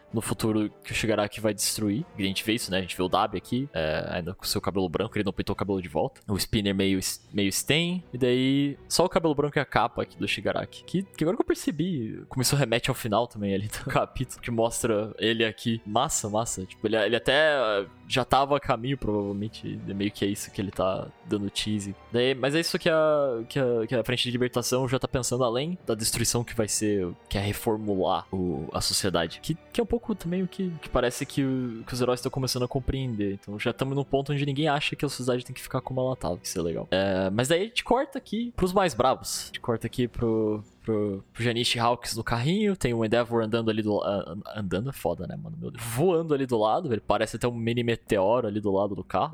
no futuro que o Shigaraki vai destruir. A gente vê isso, né? A gente vê o Dabi aqui, é, ainda com o seu cabelo branco, ele não pintou o cabelo de volta. O Spinner meio, meio Sten, e daí só o cabelo branco e a capa aqui do Shigaraki. Que, que agora que eu percebi, começou a remete ao final também ali do capítulo, que mostra ele aqui. Massa, massa. Tipo, ele, ele até já tava a caminho, provavelmente, meio que é isso que ele tá dando tease. Daí, mas é isso que a, que, a, que a Frente de Libertação já tá pensando, além da destruição que vai ser, que é reformular o, a sociedade. Que, que é um pouco também o que, que parece que, o, que os heróis estão começando a compreender. Então já estamos num ponto onde ninguém acha que a sociedade tem que ficar como ela tava. Isso é legal. É, mas daí a gente corta aqui pros mais bravos. A gente corta aqui pro... Pro, pro Janice Hawks no carrinho, tem o Endeavor andando ali do lado. Andando é foda, né, mano? Meu Deus. Voando ali do lado, ele parece até um mini meteoro ali do lado do carro,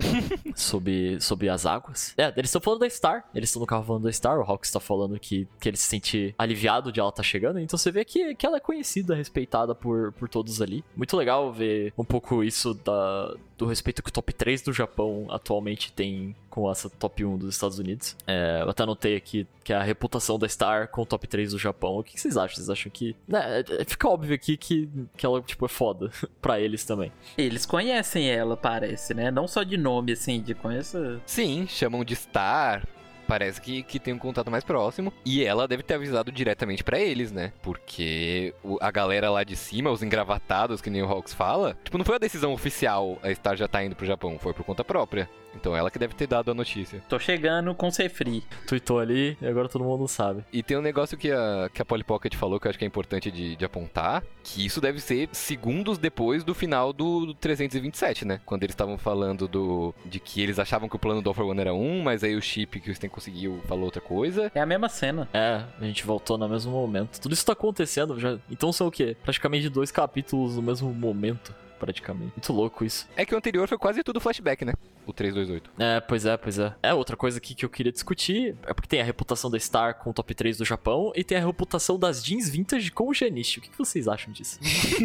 sob, sob as águas. É, eles estão falando da Star, eles estão no carro falando da Star, o Hawks tá falando que, que ele se sente aliviado de ela tá chegando, então você vê que, que ela é conhecida, respeitada por, por todos ali. Muito legal ver um pouco isso da, do respeito que o top três do Japão atualmente tem com essa top um dos Estados Unidos. É, eu até anotei aqui que é a reputação da Star com o top três do Japão. O que vocês acham? Vocês acham que... Né, fica óbvio aqui que, que ela, tipo, é foda pra eles também. Eles conhecem ela, parece, né? Não só de nome, assim, de conhecer. Sim, chamam de Star. Parece que, que tem um contato mais próximo. E ela deve ter avisado diretamente pra eles, né? Porque o, a galera lá de cima, os engravatados, que nem o Hawks fala, tipo, não foi a decisão oficial, a Star já tá indo pro Japão, foi por conta própria. Então ela que deve ter dado a notícia. Tô chegando com ser free. Tweetou ali e agora todo mundo sabe. E tem um negócio que a, que a Polly Pocket falou que eu acho que é importante de, de apontar, que isso deve ser segundos depois do final do, do trezentos e vinte e sete, né? Quando eles estavam falando do, de que eles achavam que o plano do All for One era um, mas aí o chip que o Sten conseguiu falou outra coisa. É a mesma cena. É, a gente voltou no mesmo momento. Tudo isso tá acontecendo já. Então são o quê? Praticamente dois capítulos no mesmo momento. Praticamente. Muito louco isso. É que o anterior foi quase tudo flashback, né? O trezentos e vinte e oito. É, pois é, pois é. É, outra coisa aqui que eu queria discutir é porque tem a reputação da Star com o top três do Japão e tem a reputação das jeans vintage com o Janice. O que vocês acham disso?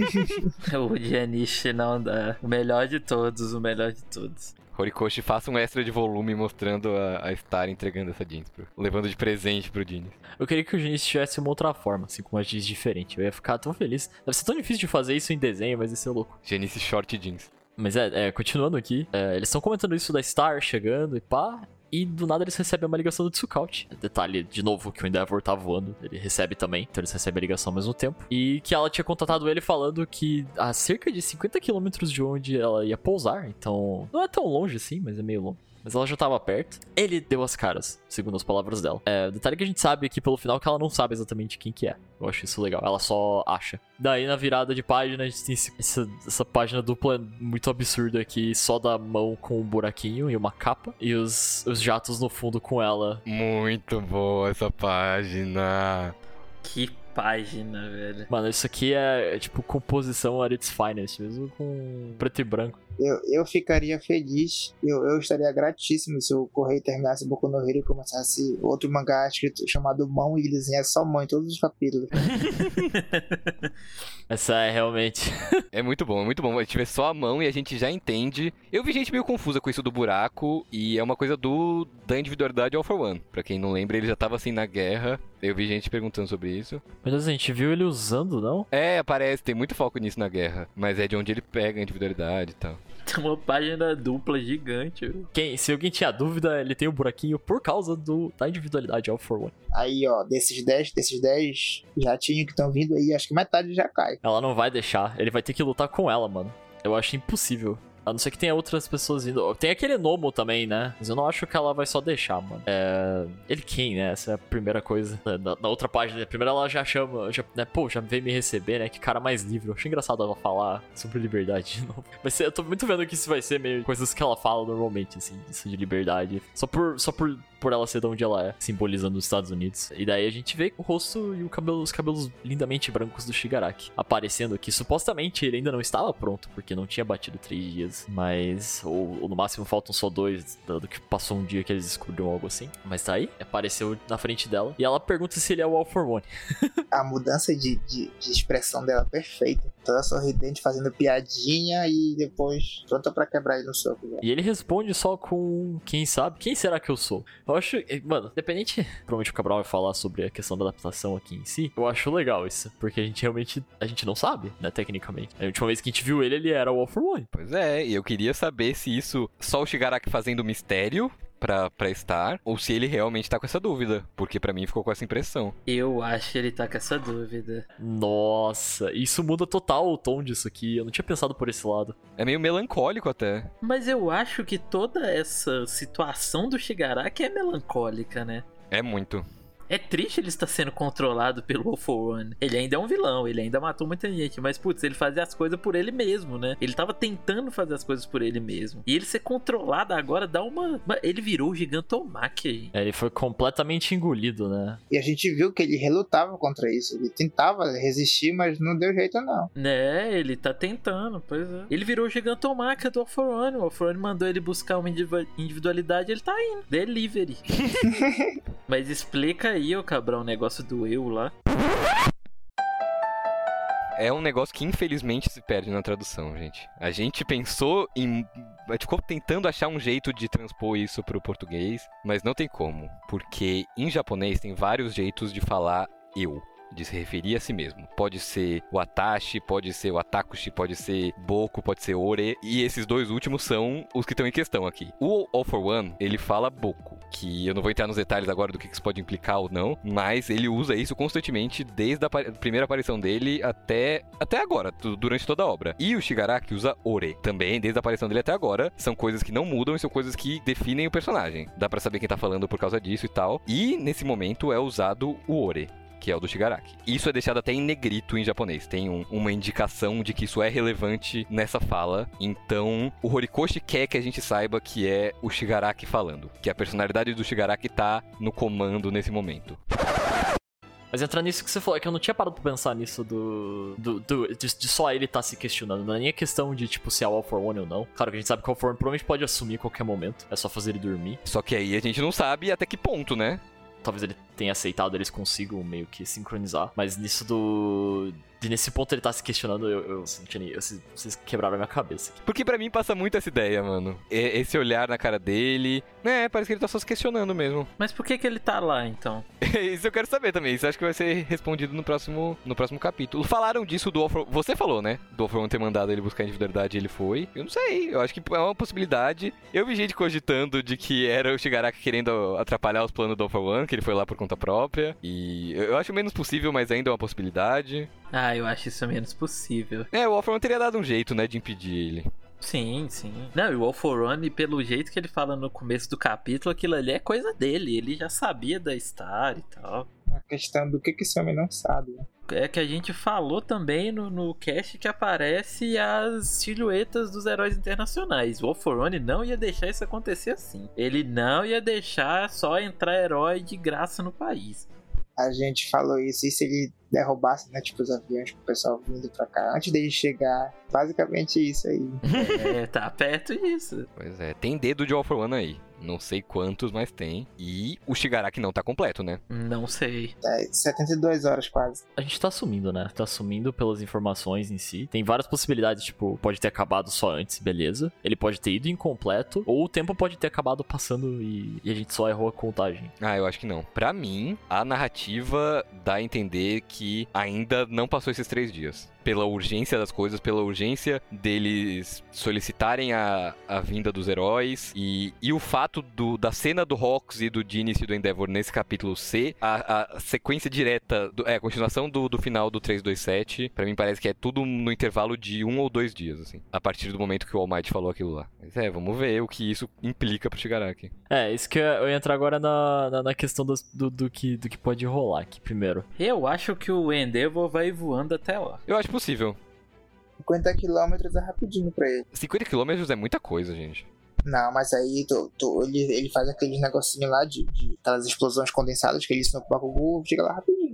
O Janice não dá. O melhor de todos, o melhor de todos. Horikoshi, faça um extra de volume mostrando a, a Star entregando essa jeans, pro, levando de presente pro Janice. Eu queria que o Janice tivesse uma outra forma, assim, com uma jeans diferente. Eu ia ficar tão feliz. Deve ser tão difícil de fazer isso em desenho, mas ia ser louco. Janice short jeans. Mas é, é continuando aqui, é, eles estão comentando isso da Star chegando e pá... E do nada eles recebem uma ligação do Tsukaut. Detalhe, de novo, que o Endeavor tá voando. Ele recebe também, então eles recebem a ligação ao mesmo tempo. E que ela tinha contatado ele falando que a cerca de cinquenta quilômetros de onde ela ia pousar. Então, não é tão longe assim, mas é meio longe. Mas ela já tava perto. Ele deu as caras, segundo as palavras dela. É, detalhe que a gente sabe aqui pelo final que ela não sabe exatamente quem que é. Eu acho isso legal. Ela só acha. Daí na virada de página a gente tem esse, essa, essa página dupla muito absurda aqui. Só da mão com um buraquinho e uma capa. E os, os jatos no fundo com ela. Muito boa essa página. Que página, velho. Mano, isso aqui é, é tipo composição at its finest, mesmo com preto e branco. Eu, eu ficaria feliz, eu, eu estaria gratíssimo se o Correio terminasse Boku no Hero e começasse outro mangá escrito chamado Mão e desenhasse só mão em todos os capítulos. Essa é realmente... É muito bom, é muito bom. A gente vê só a mão e a gente já entende. Eu vi gente meio confusa com isso do buraco e é uma coisa do da individualidade All for One. Pra quem não lembra, ele já tava assim na guerra. Eu vi gente perguntando sobre isso. Mas a gente viu ele usando, não? É, aparece, tem muito foco nisso na guerra. Mas é de onde ele pega a individualidade e tal. Tem uma página dupla gigante, velho. Quem, se alguém tinha dúvida, ele tem o um buraquinho por causa do, da individualidade All for One. Aí, ó, desses dez, desses dez jatinhos que estão vindo aí, acho que metade já cai. Ela não vai deixar, ele vai ter que lutar com ela, mano. Eu acho impossível. A não ser que tenha outras pessoas vindo. Tem aquele Nomo também, né? Mas eu não acho que ela vai só deixar, mano. É... Ele quem, né? Essa é a primeira coisa. Na, na outra página, primeiro ela já chama... Já, né? Pô, já veio me receber, né? Que cara mais livre. Eu achei engraçado ela falar sobre liberdade de novo. Mas eu tô muito vendo que isso vai ser meio coisas que ela fala normalmente, assim. Isso de liberdade. Só por... Só por... por ela ser de onde ela é, simbolizando os Estados Unidos. E daí a gente vê o rosto e o cabelo, os cabelos lindamente brancos do Shigaraki aparecendo aqui. Supostamente ele ainda não estava pronto, porque não tinha batido três dias. Mas, ou, ou no máximo faltam só dois, dado que passou um dia que eles descobriram algo assim. Mas tá aí, apareceu na frente dela. E ela pergunta se ele é o All for One. A mudança de, de, de expressão dela é perfeita. toda sorridente, fazendo piadinha e depois pronta pra quebrar ele no soco. Velho. E ele responde só com quem sabe, quem será que eu sou? Eu acho, mano, independente, provavelmente o Cabral vai falar sobre a questão da adaptação aqui em si, eu acho legal isso, porque a gente realmente, a gente não sabe, né, tecnicamente. A última vez que a gente viu ele, ele era o All for One. Pois é, e eu queria saber se isso só o Shigaraki fazendo mistério pra, pra estar, ou se ele realmente tá com essa dúvida, porque pra mim ficou com essa impressão. Eu acho que ele tá com essa dúvida. Nossa, isso muda total o tom disso aqui, eu não tinha pensado por esse lado. É meio melancólico até. Mas eu acho que toda essa situação do Shigaraki é melancólica, né? É muito. É triste ele estar sendo controlado pelo All for One. Ele ainda é um vilão, ele ainda matou muita gente. Mas, putz, ele fazia as coisas por ele mesmo, né? Ele tava tentando fazer as coisas por ele mesmo. E ele ser controlado agora dá uma... Ele virou o Gigantomachia aí. É, ele foi completamente engolido, né? E a gente viu que ele relutava contra isso. Ele tentava resistir, mas não deu jeito não. Né, ele tá tentando, pois é. Ele virou o Gigantomachia do All for One. O All for One mandou ele buscar uma individualidade, ele tá indo. Delivery. Mas explica aí, ô Cabral, o negócio do eu lá. É um negócio que infelizmente se perde na tradução, gente. A gente pensou em... A gente ficou tentando achar um jeito de transpor isso pro português, mas não tem como. Porque em japonês tem vários jeitos de falar eu, de se referir a si mesmo. Pode ser o Atashi, pode ser o Atakushi, pode ser Boku, pode ser Ore, e esses dois últimos são os que estão em questão aqui. O All for One, ele fala Boku, que eu não vou entrar nos detalhes agora do que isso pode implicar ou não, mas ele usa isso constantemente desde a primeira aparição dele até, até agora, durante toda a obra. E o Shigaraki usa Ore, também desde a aparição dele até agora. São coisas que não mudam e são coisas que definem o personagem. Dá pra saber quem tá falando por causa disso e tal. E nesse momento é usado o Ore, que é o do Shigaraki. Isso é deixado até em negrito em japonês. Tem um, uma indicação de que isso é relevante nessa fala. Então, o Horikoshi quer que a gente saiba que é o Shigaraki falando. Que a personalidade do Shigaraki tá no comando nesse momento. Mas entrar nisso que você falou, é que eu não tinha parado pra pensar nisso do... do, do de, de só ele tá se questionando. Não é nem a questão de, tipo, se é o All for One ou não. Claro que a gente sabe que o All for One provavelmente pode assumir a qualquer momento. É só fazer ele dormir. Só que aí a gente não sabe até que ponto, né? Talvez ele tenha aceitado, eles consigam meio que sincronizar. Mas nisso do... de nesse ponto ele tá se questionando, eu, eu, eu, eu vocês quebraram a minha cabeça aqui. Porque pra mim passa muito essa ideia, mano. Esse olhar na cara dele... É, parece que ele tá só se questionando mesmo. Mas por que que ele tá lá, então? Isso eu quero saber também. Isso acho que vai ser respondido no próximo, no próximo capítulo. Falaram disso do All for... Você falou, né? Do All for One ter mandado ele buscar individualidade e ele foi. Eu não sei. Eu acho que é uma possibilidade. Eu vi gente cogitando de que era o Shigaraki querendo atrapalhar os planos do All for One, que ele foi lá por conta própria. E eu acho menos possível, mas ainda é uma possibilidade. Ah, eu acho isso menos possível. É, o All for One teria dado um jeito, né, de impedir ele. Sim, sim. Não, e o All for One, pelo jeito que ele fala no começo do capítulo, aquilo ali é coisa dele. Ele já sabia da Star e tal. A questão do que, que esse homem não sabe, né? É que a gente falou também no, no cast que aparece as silhuetas dos heróis internacionais. O All for One não ia deixar isso acontecer assim. Ele não ia deixar só entrar herói de graça no país. A gente falou isso, e se ele derrubasse, né, tipo, os aviões pro pessoal vindo pra cá, antes dele chegar, basicamente isso aí. É, tá perto disso. Pois é, tem dedo de All for One aí. Não sei quantos, mas tem. E o Shigaraki não tá completo, né? Não sei. É, setenta e duas horas quase. A gente tá assumindo, né? Tá assumindo pelas informações em si. Tem várias possibilidades, tipo, pode ter acabado só antes, beleza. Ele pode ter ido incompleto, ou o tempo pode ter acabado passando e, e a gente só errou a contagem. Ah, eu acho que não. Pra mim, a narrativa dá a entender que ainda não passou esses três dias. Pela urgência das coisas, pela urgência deles solicitarem a, a vinda dos heróis e, e o fato do, da cena do Hawks e do Genesis e do Endeavor nesse capítulo C, a, a sequência direta, do, é, a continuação do, do final do trezentos e vinte e sete, pra mim parece que é tudo no intervalo de um ou dois dias, assim, a partir do momento que o All Might falou aquilo lá. Mas é, vamos ver o que isso implica pro Shigaraki. É, isso que eu, eu ia entrar agora na, na, na questão das, do, do, que, do que pode rolar aqui primeiro. Eu acho que o Endeavor vai voando até lá. Eu acho possível. cinquenta quilômetros é rapidinho pra ele. cinquenta quilômetros é muita coisa, gente. Não, mas aí tu, tu, ele, ele faz aqueles negocinhos lá de, de aquelas explosões condensadas que ele ensina pro Bakugou, chega lá rapidinho.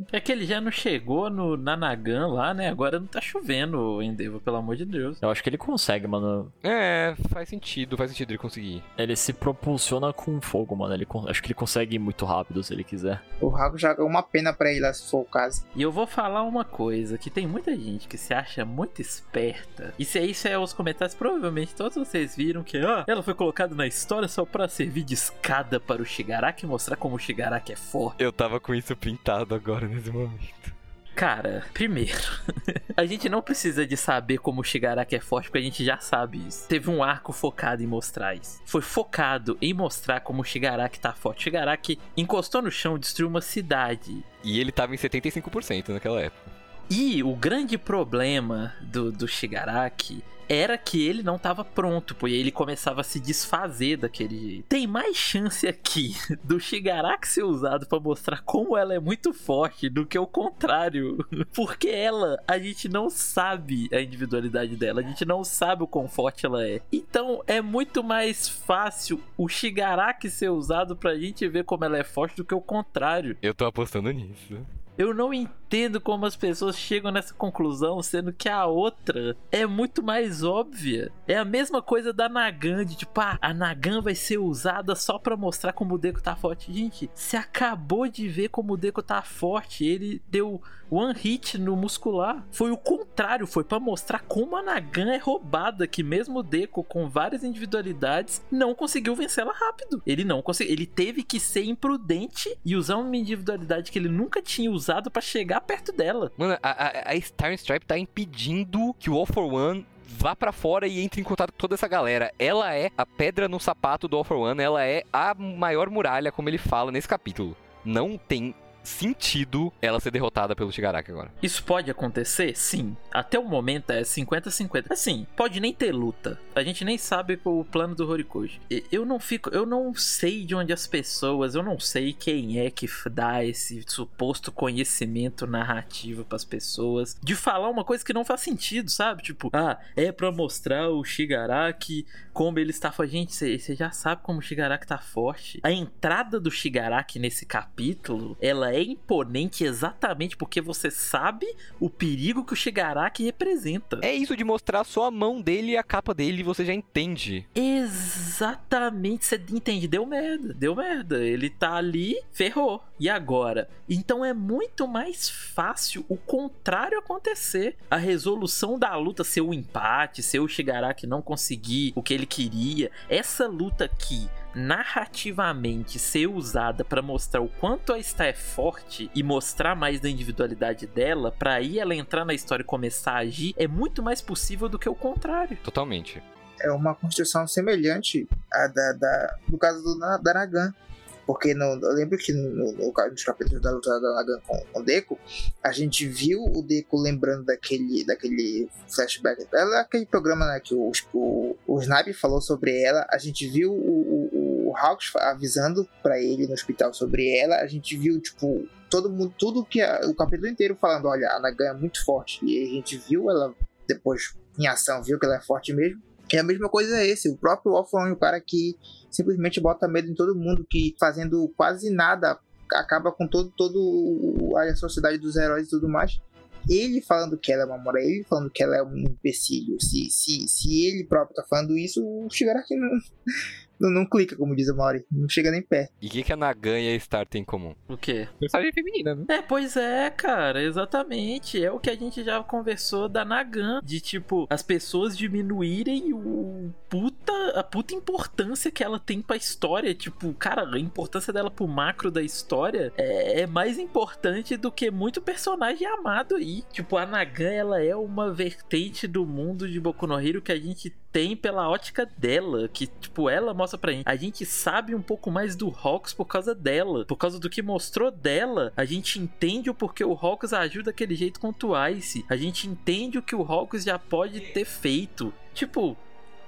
É que ele já não chegou no Nanagan lá, né? Agora não tá chovendo, Endeavor, pelo amor de Deus. Eu acho que ele consegue, mano. É, faz sentido, faz sentido ele conseguir. Ele se propulsiona com fogo, mano. Ele, con- acho que ele consegue ir muito rápido se ele quiser. O Rago joga uma pena pra ele lá, se for o caso. E eu vou falar uma coisa, que tem muita gente que se acha muito esperta. E se isso é os comentários, provavelmente todos vocês viram que ah, ela foi colocada na história só pra servir de escada para o Shigaraki e mostrar como o Shigaraki é forte. Eu tava com isso pintado agora nesse momento. Cara, primeiro, a gente não precisa de saber como o Shigaraki é forte, porque a gente já sabe isso. Teve um arco focado em mostrar isso. Foi focado em mostrar como o Shigaraki tá forte. O Shigaraki encostou no chão, destruiu uma cidade. E ele tava em setenta e cinco por cento naquela época. E o grande problema do, do Shigaraki era que ele não tava pronto, porque ele começava a se desfazer daquele jeito. Tem mais chance aqui do Shigaraki ser usado pra mostrar como ela é muito forte do que o contrário. Porque ela, a gente não sabe a individualidade dela, a gente não sabe o quão forte ela é. Então é muito mais fácil o Shigaraki ser usado pra gente ver como ela é forte do que o contrário. Eu tô apostando nisso. Eu não entendo como as pessoas chegam nessa conclusão, sendo que a outra é muito mais óbvia. É a mesma coisa da Nagan, de tipo, ah, a Nagan vai ser usada só pra mostrar como o Deku tá forte. Gente, você acabou de ver como o Deku tá forte, ele deu one hit no muscular. Foi o contrário, foi pra mostrar como a Nagan é roubada, que mesmo o Deku com várias individualidades não conseguiu vencê-la rápido. Ele não conseguiu, ele teve que ser imprudente e usar uma individualidade que ele nunca tinha usado usado pra chegar perto dela. Mano, a, a, a Star Stripe tá impedindo que o All for One vá pra fora e entre em contato com toda essa galera. Ela é a pedra no sapato do All for One, ela é a maior muralha, como ele fala nesse capítulo. Não tem sentido ela ser derrotada pelo Shigaraki agora. Isso pode acontecer? Sim. Até o momento é cinquenta a cinquenta. Assim, pode nem ter luta. A gente nem sabe o plano do Horikoshi. Eu não fico, eu não sei de onde as pessoas, eu não sei quem é que dá esse suposto conhecimento narrativo pras pessoas de falar uma coisa que não faz sentido, sabe? Tipo, ah, é pra mostrar o Shigaraki como ele está forte. Gente, você já sabe como o Shigaraki tá forte. A entrada do Shigaraki nesse capítulo, ela é imponente exatamente porque você sabe o perigo que o Shigaraki representa. É isso de mostrar só a mão dele e a capa dele e você já entende. Exatamente, você entende, deu merda, deu merda. Ele tá ali, ferrou. E agora? Então é muito mais fácil o contrário acontecer. A resolução da luta ser o empate, ser o Shigaraki não conseguir o que ele queria. Essa luta aqui, narrativamente ser usada pra mostrar o quanto a Star é forte e mostrar mais da individualidade dela, pra aí ela entrar na história e começar a agir, é muito mais possível do que o contrário. Totalmente. É uma construção semelhante à da, da, do caso do, da Nagan. Porque no, eu lembro que no, no, nos capítulos da luta da Nagan com, com o Deku, a gente viu o Deku lembrando daquele, daquele flashback dela, aquele programa, né, que o, o, o Snipe falou sobre ela. A gente viu o, o, o Hawks avisando pra ele no hospital sobre ela. A gente viu, tipo, todo mundo, tudo que a, o capítulo inteiro falando, olha, a Nagan é muito forte. E a gente viu ela depois em ação, viu que ela é forte mesmo. E a mesma coisa é esse, o próprio All for One, o cara que simplesmente bota medo em todo mundo, que fazendo quase nada acaba com todo, todo a sociedade dos heróis e tudo mais. Ele falando que ela é uma mora, ele falando que ela é um empecilho. Se, se, se ele próprio tá falando isso, o Shigaraki não, não, não clica, como diz a Mori, não chega nem perto. E o que, que a Nagan e a Star tem em comum? O quê? Personagem feminina, né? É, pois é, cara, exatamente. É o que a gente já conversou da Nagan, de tipo, as pessoas diminuírem o puta, a puta importância que ela tem pra história. Tipo, cara, a importância dela pro macro da história é, é mais importante do que muito personagem amado aí. Tipo, a Nagan, ela é uma vertente do mundo de Boku no Hero que a gente tem pela ótica dela, que, tipo, ela mostra pra gente. A gente sabe um pouco mais do Hawks por causa dela. Por causa do que mostrou dela, a gente entende o porquê o Hawks agiu daquele jeito com o Twice. A gente entende o que o Hawks já pode ter feito. Tipo,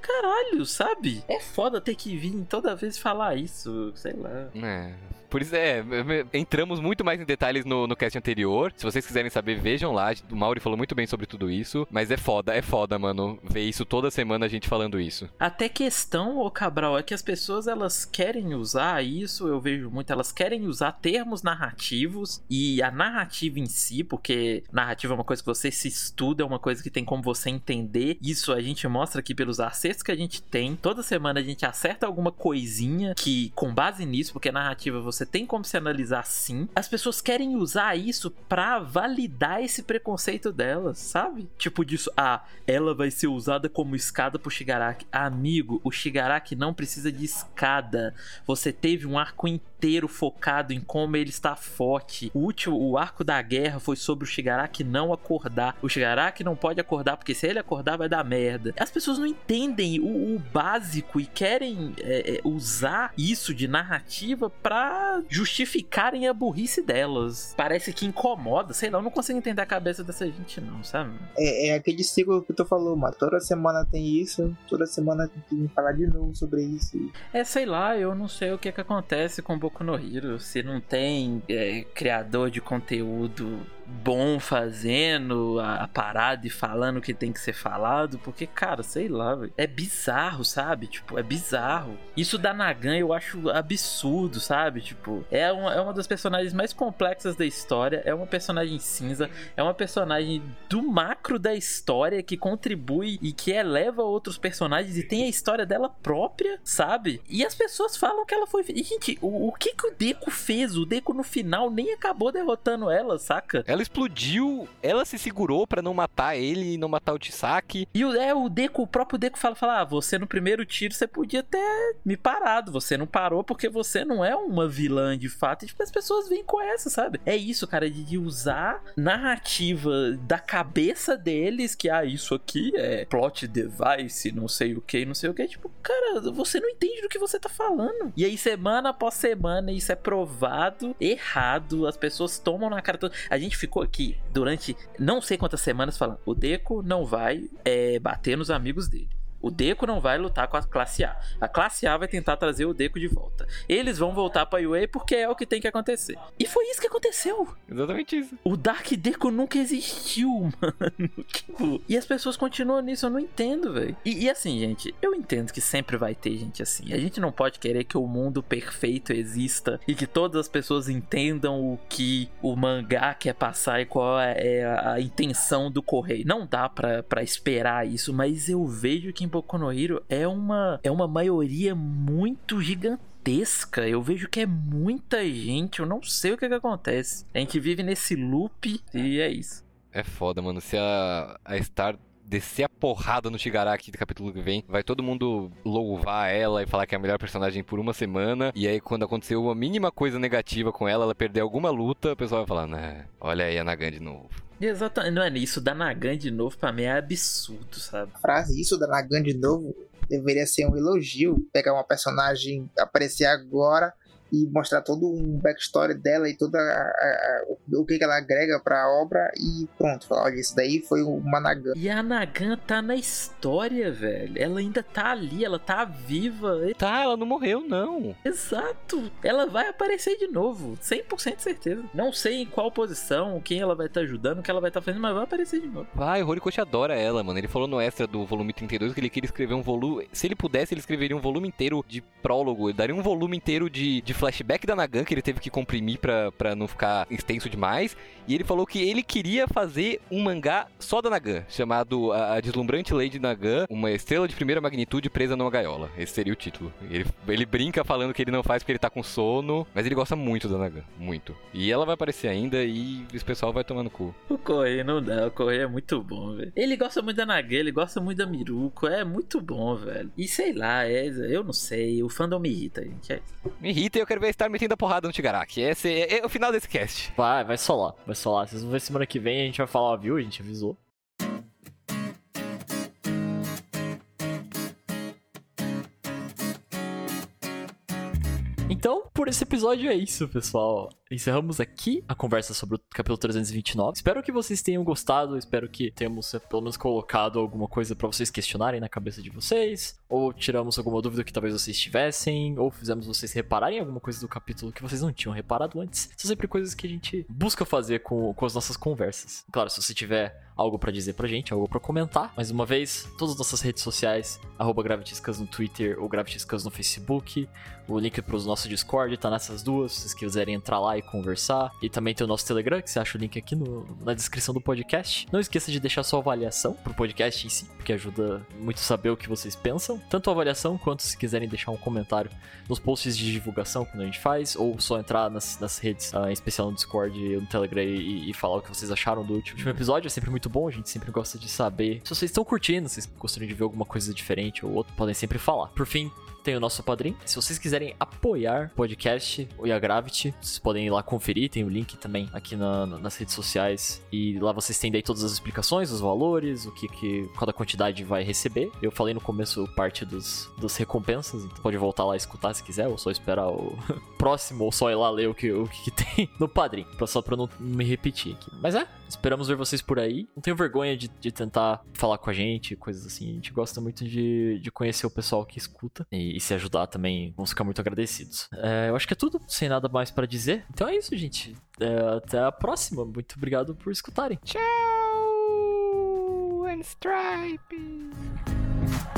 caralho, sabe? É foda ter que vir toda vez falar isso, sei lá. É... Por isso, é, entramos muito mais em detalhes no, no cast anterior. Se vocês quiserem saber, vejam lá. O Mauri falou muito bem sobre tudo isso. Mas é foda, é foda, mano, ver isso toda semana a gente falando isso. Até questão, ô Cabral, é que as pessoas, elas querem usar isso, eu vejo muito, elas querem usar termos narrativos e a narrativa em si, porque narrativa é uma coisa que você se estuda, é uma coisa que tem como você entender. Isso a gente mostra aqui pelos acertos que a gente tem. Toda semana a gente acerta alguma coisinha que, com base nisso, porque narrativa você Você tem como se analisar sim. As pessoas querem usar isso pra validar esse preconceito delas, sabe? Tipo disso, ah, ela vai ser usada como escada pro Shigaraki. Amigo, o Shigaraki não precisa de escada. Você teve um arco inteiro focado em como ele está forte. O último, o arco da guerra foi sobre o Shigaraki não acordar. O Shigaraki não pode acordar porque se ele acordar vai dar merda. As pessoas não entendem o, o básico e querem é, usar isso de narrativa pra justificarem a burrice delas. Parece que incomoda, sei lá, eu não consigo entender a cabeça dessa gente não, sabe? É, é aquele ciclo que tu falou, mano. Toda semana tem isso, toda semana tem que falar de novo sobre isso. É, sei lá, eu não sei o que que acontece com Boku no Hero, se não tem é, criador de conteúdo bom fazendo a, a parada e falando o que tem que ser falado, porque, cara, sei lá, véio, é bizarro, sabe? Tipo, é bizarro. Isso da Nagan eu acho absurdo, sabe? Tipo, é uma, é uma das personagens mais complexas da história, é uma personagem cinza, é uma personagem do macro da história que contribui e que eleva outros personagens e tem a história dela própria, sabe? E as pessoas falam que ela foi... E, gente, o, o que que o Deku fez? O Deku no final nem acabou derrotando ela, saca? Ela explodiu, ela se segurou pra não matar ele e não matar o Chisaki. E o, é, o Deku, o próprio Deku fala, fala, ah, você no primeiro tiro você podia ter me parado, você não parou porque você não é uma vilã de fato. E tipo, as pessoas vêm com essa, sabe? É isso, cara, de, de usar narrativa da cabeça deles, que ah, isso aqui é plot device, não sei o que, não sei o que. Tipo, cara, você não entende do que você tá falando. E aí, semana após semana, isso é provado errado, as pessoas tomam na cara toda. A gente ficou aqui durante não sei quantas semanas falando, o Deku não vai é, bater nos amigos dele. O Deku não vai lutar com a classe A. A classe A vai tentar trazer o Deku de volta. Eles vão voltar pra U A porque é o que tem que acontecer. E foi isso que aconteceu. Exatamente isso. O Dark Deku nunca existiu, mano. Tipo, e as pessoas continuam nisso, eu não entendo, velho. E, e assim, gente, eu entendo que sempre vai ter gente assim. A gente não pode querer que o mundo perfeito exista e que todas as pessoas entendam o que o mangá quer passar e qual é a, a intenção do correio. Não dá pra, pra esperar isso, mas eu vejo que Boku no Hero é uma, é uma maioria muito gigantesca. Eu vejo que é muita gente. Eu não sei o que, que acontece. A gente vive nesse loop e é isso. É foda, mano. Se a, a Star descer a porrada no Shigaraki do capítulo que vem, vai todo mundo louvar ela e falar que é a melhor personagem por uma semana. E aí, quando aconteceu uma mínima coisa negativa com ela, ela perder alguma luta, o pessoal vai falar, né, olha aí a Nagan de novo. Exatamente, não é isso, da Nagan de novo pra mim é absurdo, sabe? A frase, isso da Nagan de novo, deveria ser um elogio. Pegar uma personagem, aparecer agora e mostrar todo um backstory dela e toda a, a, a, o que, que ela agrega pra obra e pronto, olha, isso daí foi uma Nagan. E a Nagan tá na história, velho, ela ainda tá ali, ela tá viva. Tá, ela não morreu, não. Exato, ela vai aparecer de novo, cem por cento de certeza. Não sei em qual posição, quem ela vai estar tá ajudando, o que ela vai estar tá fazendo, mas vai aparecer de novo. Vai, o Horikoshi adora ela, mano. Ele falou no extra do volume trinta e dois que ele queria escrever um volume, se ele pudesse, ele escreveria um volume inteiro de prólogo, ele daria um volume inteiro de, de flashback da Nagan, que ele teve que comprimir pra, pra não ficar extenso demais. E ele falou que ele queria fazer um mangá só da Nagan, chamado A, a Deslumbrante Lady Nagan, uma estrela de primeira magnitude presa numa gaiola. Esse seria o título. Ele, ele brinca falando que ele não faz porque ele tá com sono, mas ele gosta muito da Nagan, muito. E ela vai aparecer ainda e esse pessoal vai tomar no cu. O Correio não dá, o Correio é muito bom, velho. Ele gosta muito da Nagan, ele gosta muito da Miruko, é muito bom, velho. E sei lá, é, eu não sei, o fandom me irrita, gente. É. Me irrita e eu quero ver a Star metendo a porrada no Shigaraki. Esse é, é o final desse cast. Vai, vai solar, vai solar. Vocês vão ver semana que vem, a gente vai falar, ó, viu? A gente avisou. Então, por esse episódio é isso, pessoal. encerramos aqui a conversa sobre o capítulo trezentos e vinte e nove. Espero que vocês tenham gostado, espero que tenhamos pelo menos colocado alguma coisa pra vocês questionarem na cabeça de vocês, ou tiramos alguma dúvida que talvez vocês tivessem, ou fizemos vocês repararem alguma coisa do capítulo que vocês não tinham reparado antes. São sempre coisas que a gente busca fazer com, com as nossas conversas. Claro, se você tiver algo pra dizer pra gente, algo pra comentar, mais uma vez, todas as nossas redes sociais, arroba GravityScans no Twitter ou GravityScans no Facebook, o link pros nossos Discord tá nessas duas, se vocês quiserem entrar lá e conversar, e também tem o nosso Telegram, que você acha o link aqui no, na descrição do podcast. Não esqueça de deixar sua avaliação pro podcast em si, porque ajuda muito a saber o que vocês pensam, tanto a avaliação quanto se quiserem deixar um comentário nos posts de divulgação quando a gente faz, ou só entrar nas, nas redes, uh, em especial no Discord e no Telegram e, e falar o que vocês acharam do último episódio. É sempre muito bom, a gente sempre gosta de saber se vocês estão curtindo, se vocês gostariam de ver alguma coisa diferente ou outro, podem sempre falar. Por fim, tem o nosso padrinho. Se vocês quiserem apoiar o podcast e a Gravity, vocês podem ir lá conferir, tem o link também aqui na, nas redes sociais, e lá vocês têm daí todas as explicações, os valores, o que, que cada quantidade vai receber. Eu falei no começo parte dos, das recompensas, então pode voltar lá e escutar se quiser, ou só esperar o próximo, ou só ir lá ler o que, o que tem no padrinho, só pra não me repetir aqui. Mas é, esperamos ver vocês por aí. Não tenho vergonha de, de tentar falar com a gente, coisas assim. A gente gosta muito de, de conhecer o pessoal que escuta e, e se ajudar também. Vamos ficar muito agradecidos. É, eu acho que é tudo, sem nada mais pra dizer. Então é isso, gente. É, até a próxima. Muito obrigado por escutarem. Tchau, and Stripe.